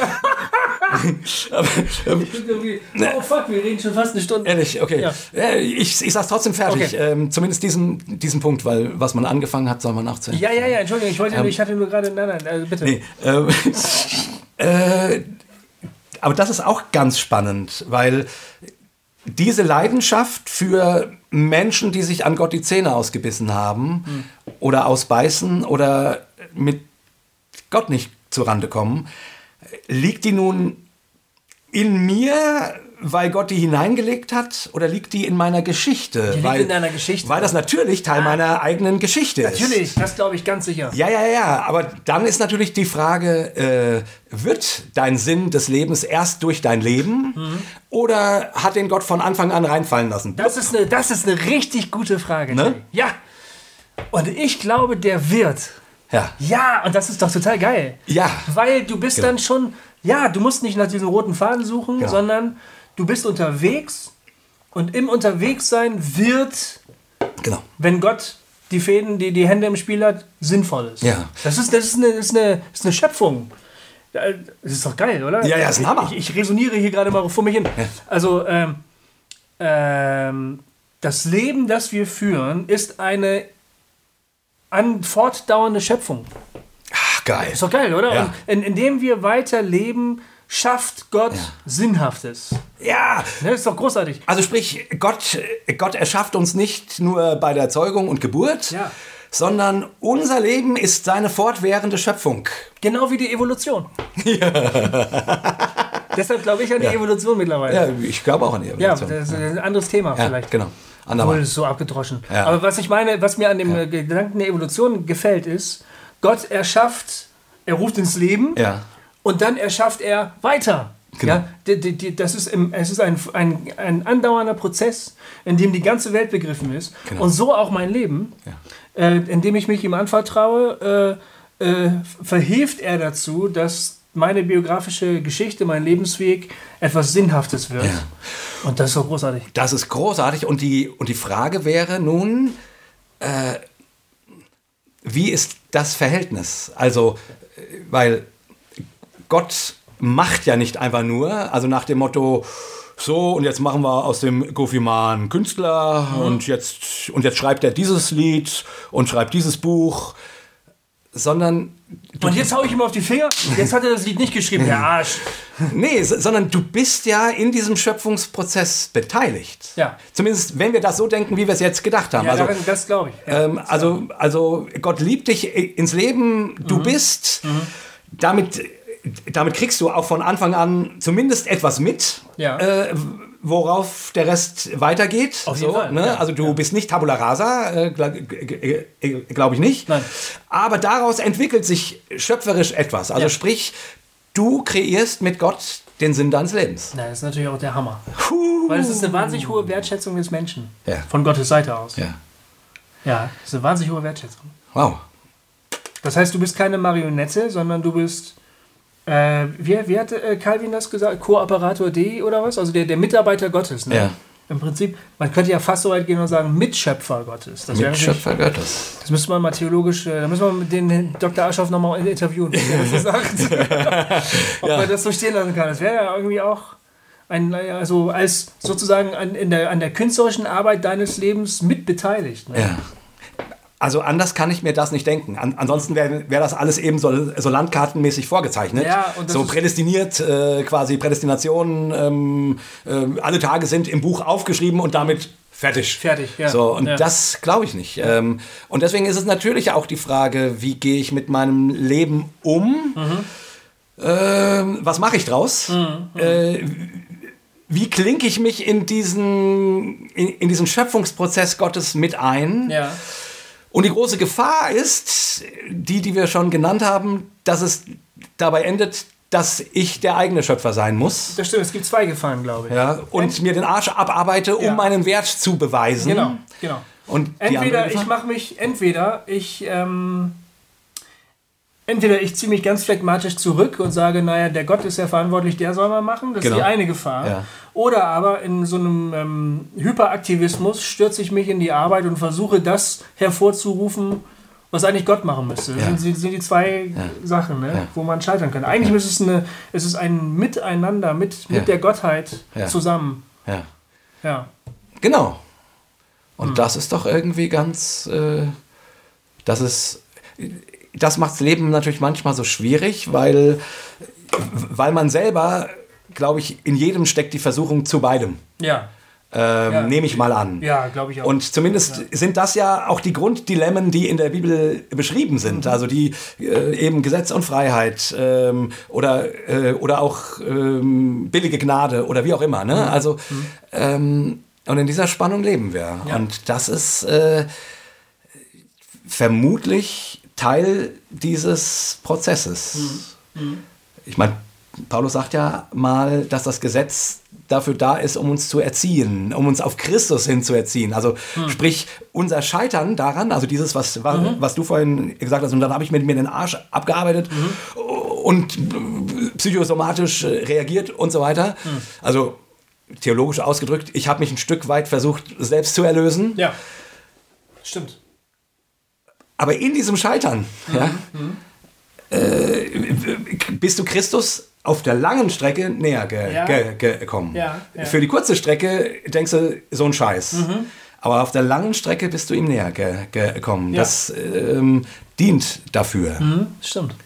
Aber, ähm, oh fuck, wir reden schon fast eine Stunde. Ehrlich, okay. Ja. Ich, ich sag's trotzdem fertig, okay. ähm, zumindest diesen, diesen Punkt, weil was man angefangen hat, soll man nachzuhören. Ja, ja, ja, Entschuldigung, ich wollte, ähm, ich hatte nur gerade, nein, nein, also bitte. Nee, ähm, äh, aber das ist auch ganz spannend, weil diese Leidenschaft für Menschen, die sich an Gott die Zähne ausgebissen haben mhm. oder ausbeißen oder mit Gott nicht zurande kommen, liegt die nun in mir, weil Gott die hineingelegt hat, oder liegt die in meiner Geschichte? Die weil, liegt in deiner Geschichte. Weil das natürlich Teil ah. meiner eigenen Geschichte natürlich, ist. Natürlich, das glaube ich ganz sicher. Ja, ja, ja, aber dann ist natürlich die Frage, äh, wird dein Sinn des Lebens erst durch dein Leben mhm. oder hat den Gott von Anfang an reinfallen lassen? Das ist eine, das ist eine richtig gute Frage. Ne? Ja, und ich glaube, der wird. Ja. Ja, und das ist doch total geil. Ja. Weil du bist genau. dann schon, ja, du musst nicht nach diesem roten Faden suchen, genau. sondern du bist unterwegs und im Unterwegssein wird, genau. wenn Gott die Fäden, die die Hände im Spiel hat, sinnvoll ist. Ja. Das ist, das ist, eine, das ist, eine, das ist eine Schöpfung. Das ist doch geil, oder? Ja, ja, ist ein Hammer. Ich, ich resoniere hier gerade mal vor mich hin. Ja. Also, ähm, ähm, das Leben, das wir führen, ist eine an, fortdauernde Schöpfung. Ach, geil. Ist doch geil, oder? Ja. Und in, indem wir weiter leben, schafft Gott ja. Sinnhaftes. Ja. Das ist doch großartig. Also sprich, Gott, Gott erschafft uns nicht nur bei der Zeugung und Geburt, ja. sondern unser Leben ist seine fortwährende Schöpfung. Genau wie die Evolution. Ja. Deshalb glaube ich an die ja. Evolution mittlerweile. Ja, ich glaube auch an die Evolution. Ja, das ist ein anderes Thema ja, vielleicht. Genau. Obwohl, das ist so abgedroschen. Ja. Aber was ich meine, was mir an dem ja. Gedanken der Evolution gefällt, ist, Gott erschafft, er ruft ins Leben ja. und dann erschafft er weiter. Genau. Ja, die, die, die, das ist, im, es ist ein, ein, ein andauernder Prozess, in dem die ganze Welt begriffen ist. Genau. Und so auch mein Leben, ja. äh, in dem ich mich ihm anvertraue, äh, äh, verhilft er dazu, dass meine biografische Geschichte, mein Lebensweg etwas Sinnhaftes wird. Ja. Und das ist doch großartig. Das ist großartig. Und die, und die Frage wäre nun, äh, wie ist das Verhältnis? Also, weil Gott macht ja nicht einfach nur, also nach dem Motto, so, und jetzt machen wir aus dem Kofi Ma einen Künstler mhm. und, jetzt, und jetzt schreibt er dieses Lied und schreibt dieses Buch, sondern... Und jetzt hau ich ihm auf die Finger, jetzt hat er das Lied nicht geschrieben, der Arsch. Nee, sondern du bist ja in diesem Schöpfungsprozess beteiligt. Ja. Zumindest, wenn wir das so denken, wie wir es jetzt gedacht haben. Ja, also, daran, das glaube ich. Ja, ähm, also, also Gott liebt dich ins Leben, du mhm. bist, mhm. damit... Damit kriegst du auch von Anfang an zumindest etwas mit, ja. äh, worauf der Rest weitergeht. Auf jeden so, Fall. Ne? Ja. Also du ja. bist nicht Tabula Rasa, äh, glaube glaub ich nicht. Nein. Aber daraus entwickelt sich schöpferisch etwas. Also ja. sprich, du kreierst mit Gott den Sinn deines Lebens. Na, das ist natürlich auch der Hammer. Puh. Weil es ist eine wahnsinnig hohe Wertschätzung des Menschen. Ja. Von Gottes Seite aus. Ja. Ja, das ist eine wahnsinnig hohe Wertschätzung. Wow. Das heißt, du bist keine Marionette, sondern du bist... Äh, wie, wie hat äh, Calvin das gesagt? Kooperator Dei oder was? Also der, der Mitarbeiter Gottes. Ne? Ja. Im Prinzip, man könnte ja fast so weit gehen und sagen, Mitschöpfer Gottes. Das Mitschöpfer Gottes. Das müsste man mal theologisch, äh, da müssen wir mit den Doktor Aschoff nochmal interviewen, was er dazu sagt. Ob ja. man das so stehen lassen kann. Das wäre ja irgendwie auch ein, also als sozusagen an, in der, an der künstlerischen Arbeit deines Lebens mitbeteiligt. Ne? Ja. Also anders kann ich mir das nicht denken. An, ansonsten wäre wär das alles eben so, so landkartenmäßig vorgezeichnet. Ja, und das so ist prädestiniert, äh, quasi Prädestination. Ähm, äh, alle Tage sind im Buch aufgeschrieben und damit fertig. Fertig, ja. So, und ja. das glaube ich nicht. Ähm, und deswegen ist es natürlich auch die Frage, wie gehe ich mit meinem Leben um? Mhm. Ähm, was mache ich draus? Mhm. Äh, wie klinke ich mich in diesen, in, in diesen Schöpfungsprozess Gottes mit ein? Ja. Und die große Gefahr ist, die, die wir schon genannt haben, dass es dabei endet, dass ich der eigene Schöpfer sein muss. Das stimmt, es gibt zwei Gefahren, glaube ich. Ja, und Ent- mir den Arsch abarbeite, um ja. meinen Wert zu beweisen. Genau, genau. Und entweder ich mache mich, entweder ich, ähm, entweder ich ziehe mich ganz phlegmatisch zurück und sage, naja, der Gott ist ja verantwortlich, der soll mal machen. Das genau. ist die eine Gefahr. Ja. Oder aber in so einem ähm, Hyperaktivismus stürze ich mich in die Arbeit und versuche das hervorzurufen, was eigentlich Gott machen müsste. Das ja. sind, sind die zwei ja. Sachen, ne, ja. wo man scheitern kann. Eigentlich ja. ist es, eine, es ist ein Miteinander mit, mit ja. der Gottheit ja. zusammen. Ja. Ja. Genau. Und hm. das ist doch irgendwie ganz... Äh, das ist... Das macht das Leben natürlich manchmal so schwierig, weil, weil man selber, glaube ich, in jedem steckt die Versuchung zu beidem. Ja. Ähm, ja. Nehme ich mal an. Ja, glaube ich auch. Und zumindest ja. sind das ja auch die Grunddilemmen, die in der Bibel beschrieben sind. Mhm. Also die äh, eben Gesetz und Freiheit ähm, oder, äh, oder auch ähm, billige Gnade oder wie auch immer. Ne? Mhm. Also, mhm. ähm, und in dieser Spannung leben wir. Ja. Und das ist äh, vermutlich Teil dieses Prozesses. Mhm. Ich meine, Paulus sagt ja mal, dass das Gesetz dafür da ist, um uns zu erziehen, um uns auf Christus hin zu erziehen. Also mhm. sprich, unser Scheitern daran, also dieses, was, mhm. was du vorhin gesagt hast, und dann habe ich mit mir den Arsch abgearbeitet mhm. und psychosomatisch reagiert und so weiter. Mhm. Also theologisch ausgedrückt, ich habe mich ein Stück weit versucht, selbst zu erlösen. Ja, stimmt. Aber in diesem Scheitern mhm. ja, mhm. Äh, bist du Christus auf der langen Strecke näher ge- ja. ge- ge- gekommen. Ja, ja. Für die kurze Strecke denkst du, so ein Scheiß. Mhm. Aber auf der langen Strecke bist du ihm näher ge- gekommen. Ja. Das ähm, dient dafür. Mhm. Stimmt.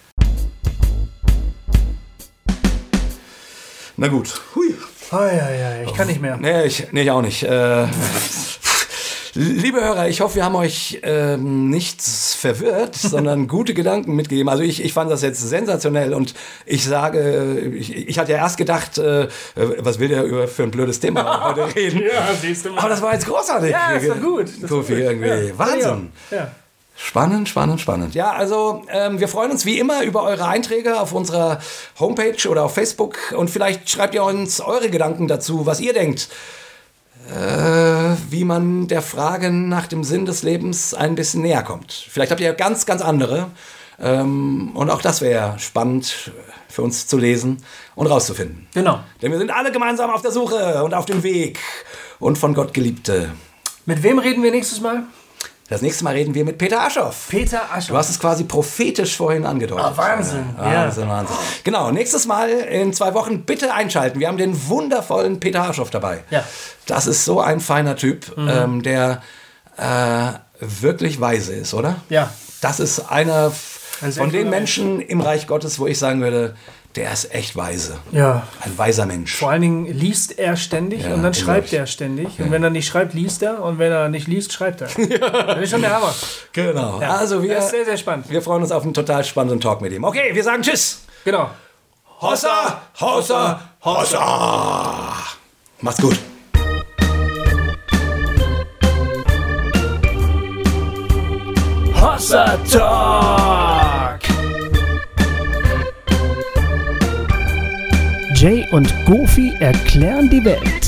Na gut. Hui. Oh, ja, ja, ich kann nicht mehr. Nee, ich, nee, ich auch nicht. Äh, Liebe Hörer, ich hoffe, wir haben euch ähm, nichts verwirrt, sondern gute Gedanken mitgegeben. Also ich, ich fand das jetzt sensationell und ich sage, ich, ich hatte ja erst gedacht, äh, was will der über für ein blödes Thema heute reden? Ja, siehst du mal. Aber das war jetzt großartig. Ja, das war gut. Das Kofi, war gut. irgendwie. Ja. Wahnsinn. Ja. Spannend, spannend, spannend. Ja, also ähm, wir freuen uns wie immer über eure Einträge auf unserer Homepage oder auf Facebook und vielleicht schreibt ihr uns eure Gedanken dazu, was ihr denkt. Äh, wie man der Frage nach dem Sinn des Lebens ein bisschen näher kommt. Vielleicht habt ihr ganz, ganz andere, Ähm, und auch das wäre spannend für uns zu lesen und rauszufinden. Genau. Denn wir sind alle gemeinsam auf der Suche und auf dem Weg und von Gott Geliebte. Mit wem reden wir nächstes Mal? Das nächste Mal reden wir mit Peter Aschoff. Peter Aschoff. Du hast es quasi prophetisch vorhin angedeutet. Ah, Wahnsinn. Ja, Wahnsinn, ja. Wahnsinn. Genau, nächstes Mal in zwei Wochen bitte einschalten. Wir haben den wundervollen Peter Aschoff dabei. Ja. Das ist so ein feiner Typ, mhm. ähm, der äh, wirklich weise ist, oder? Ja. Das ist einer ein von den Menschen im Reich Gottes, wo ich sagen würde, der ist echt weise. Ja. Ein weiser Mensch. Vor allen Dingen liest er ständig ja, und dann schreibt er ständig. Ja. Und wenn er nicht schreibt, liest er. Und wenn er nicht liest, schreibt er. Ja. Das ist schon der Hammer. Genau. Ja. Also wir, das ist sehr, sehr spannend. Wir freuen uns auf einen total spannenden Talk mit ihm. Okay, wir sagen Tschüss. Genau. Hossa, Hossa, Hossa. Macht's gut. Hossa Talk. Jay und Goofy erklären die Welt.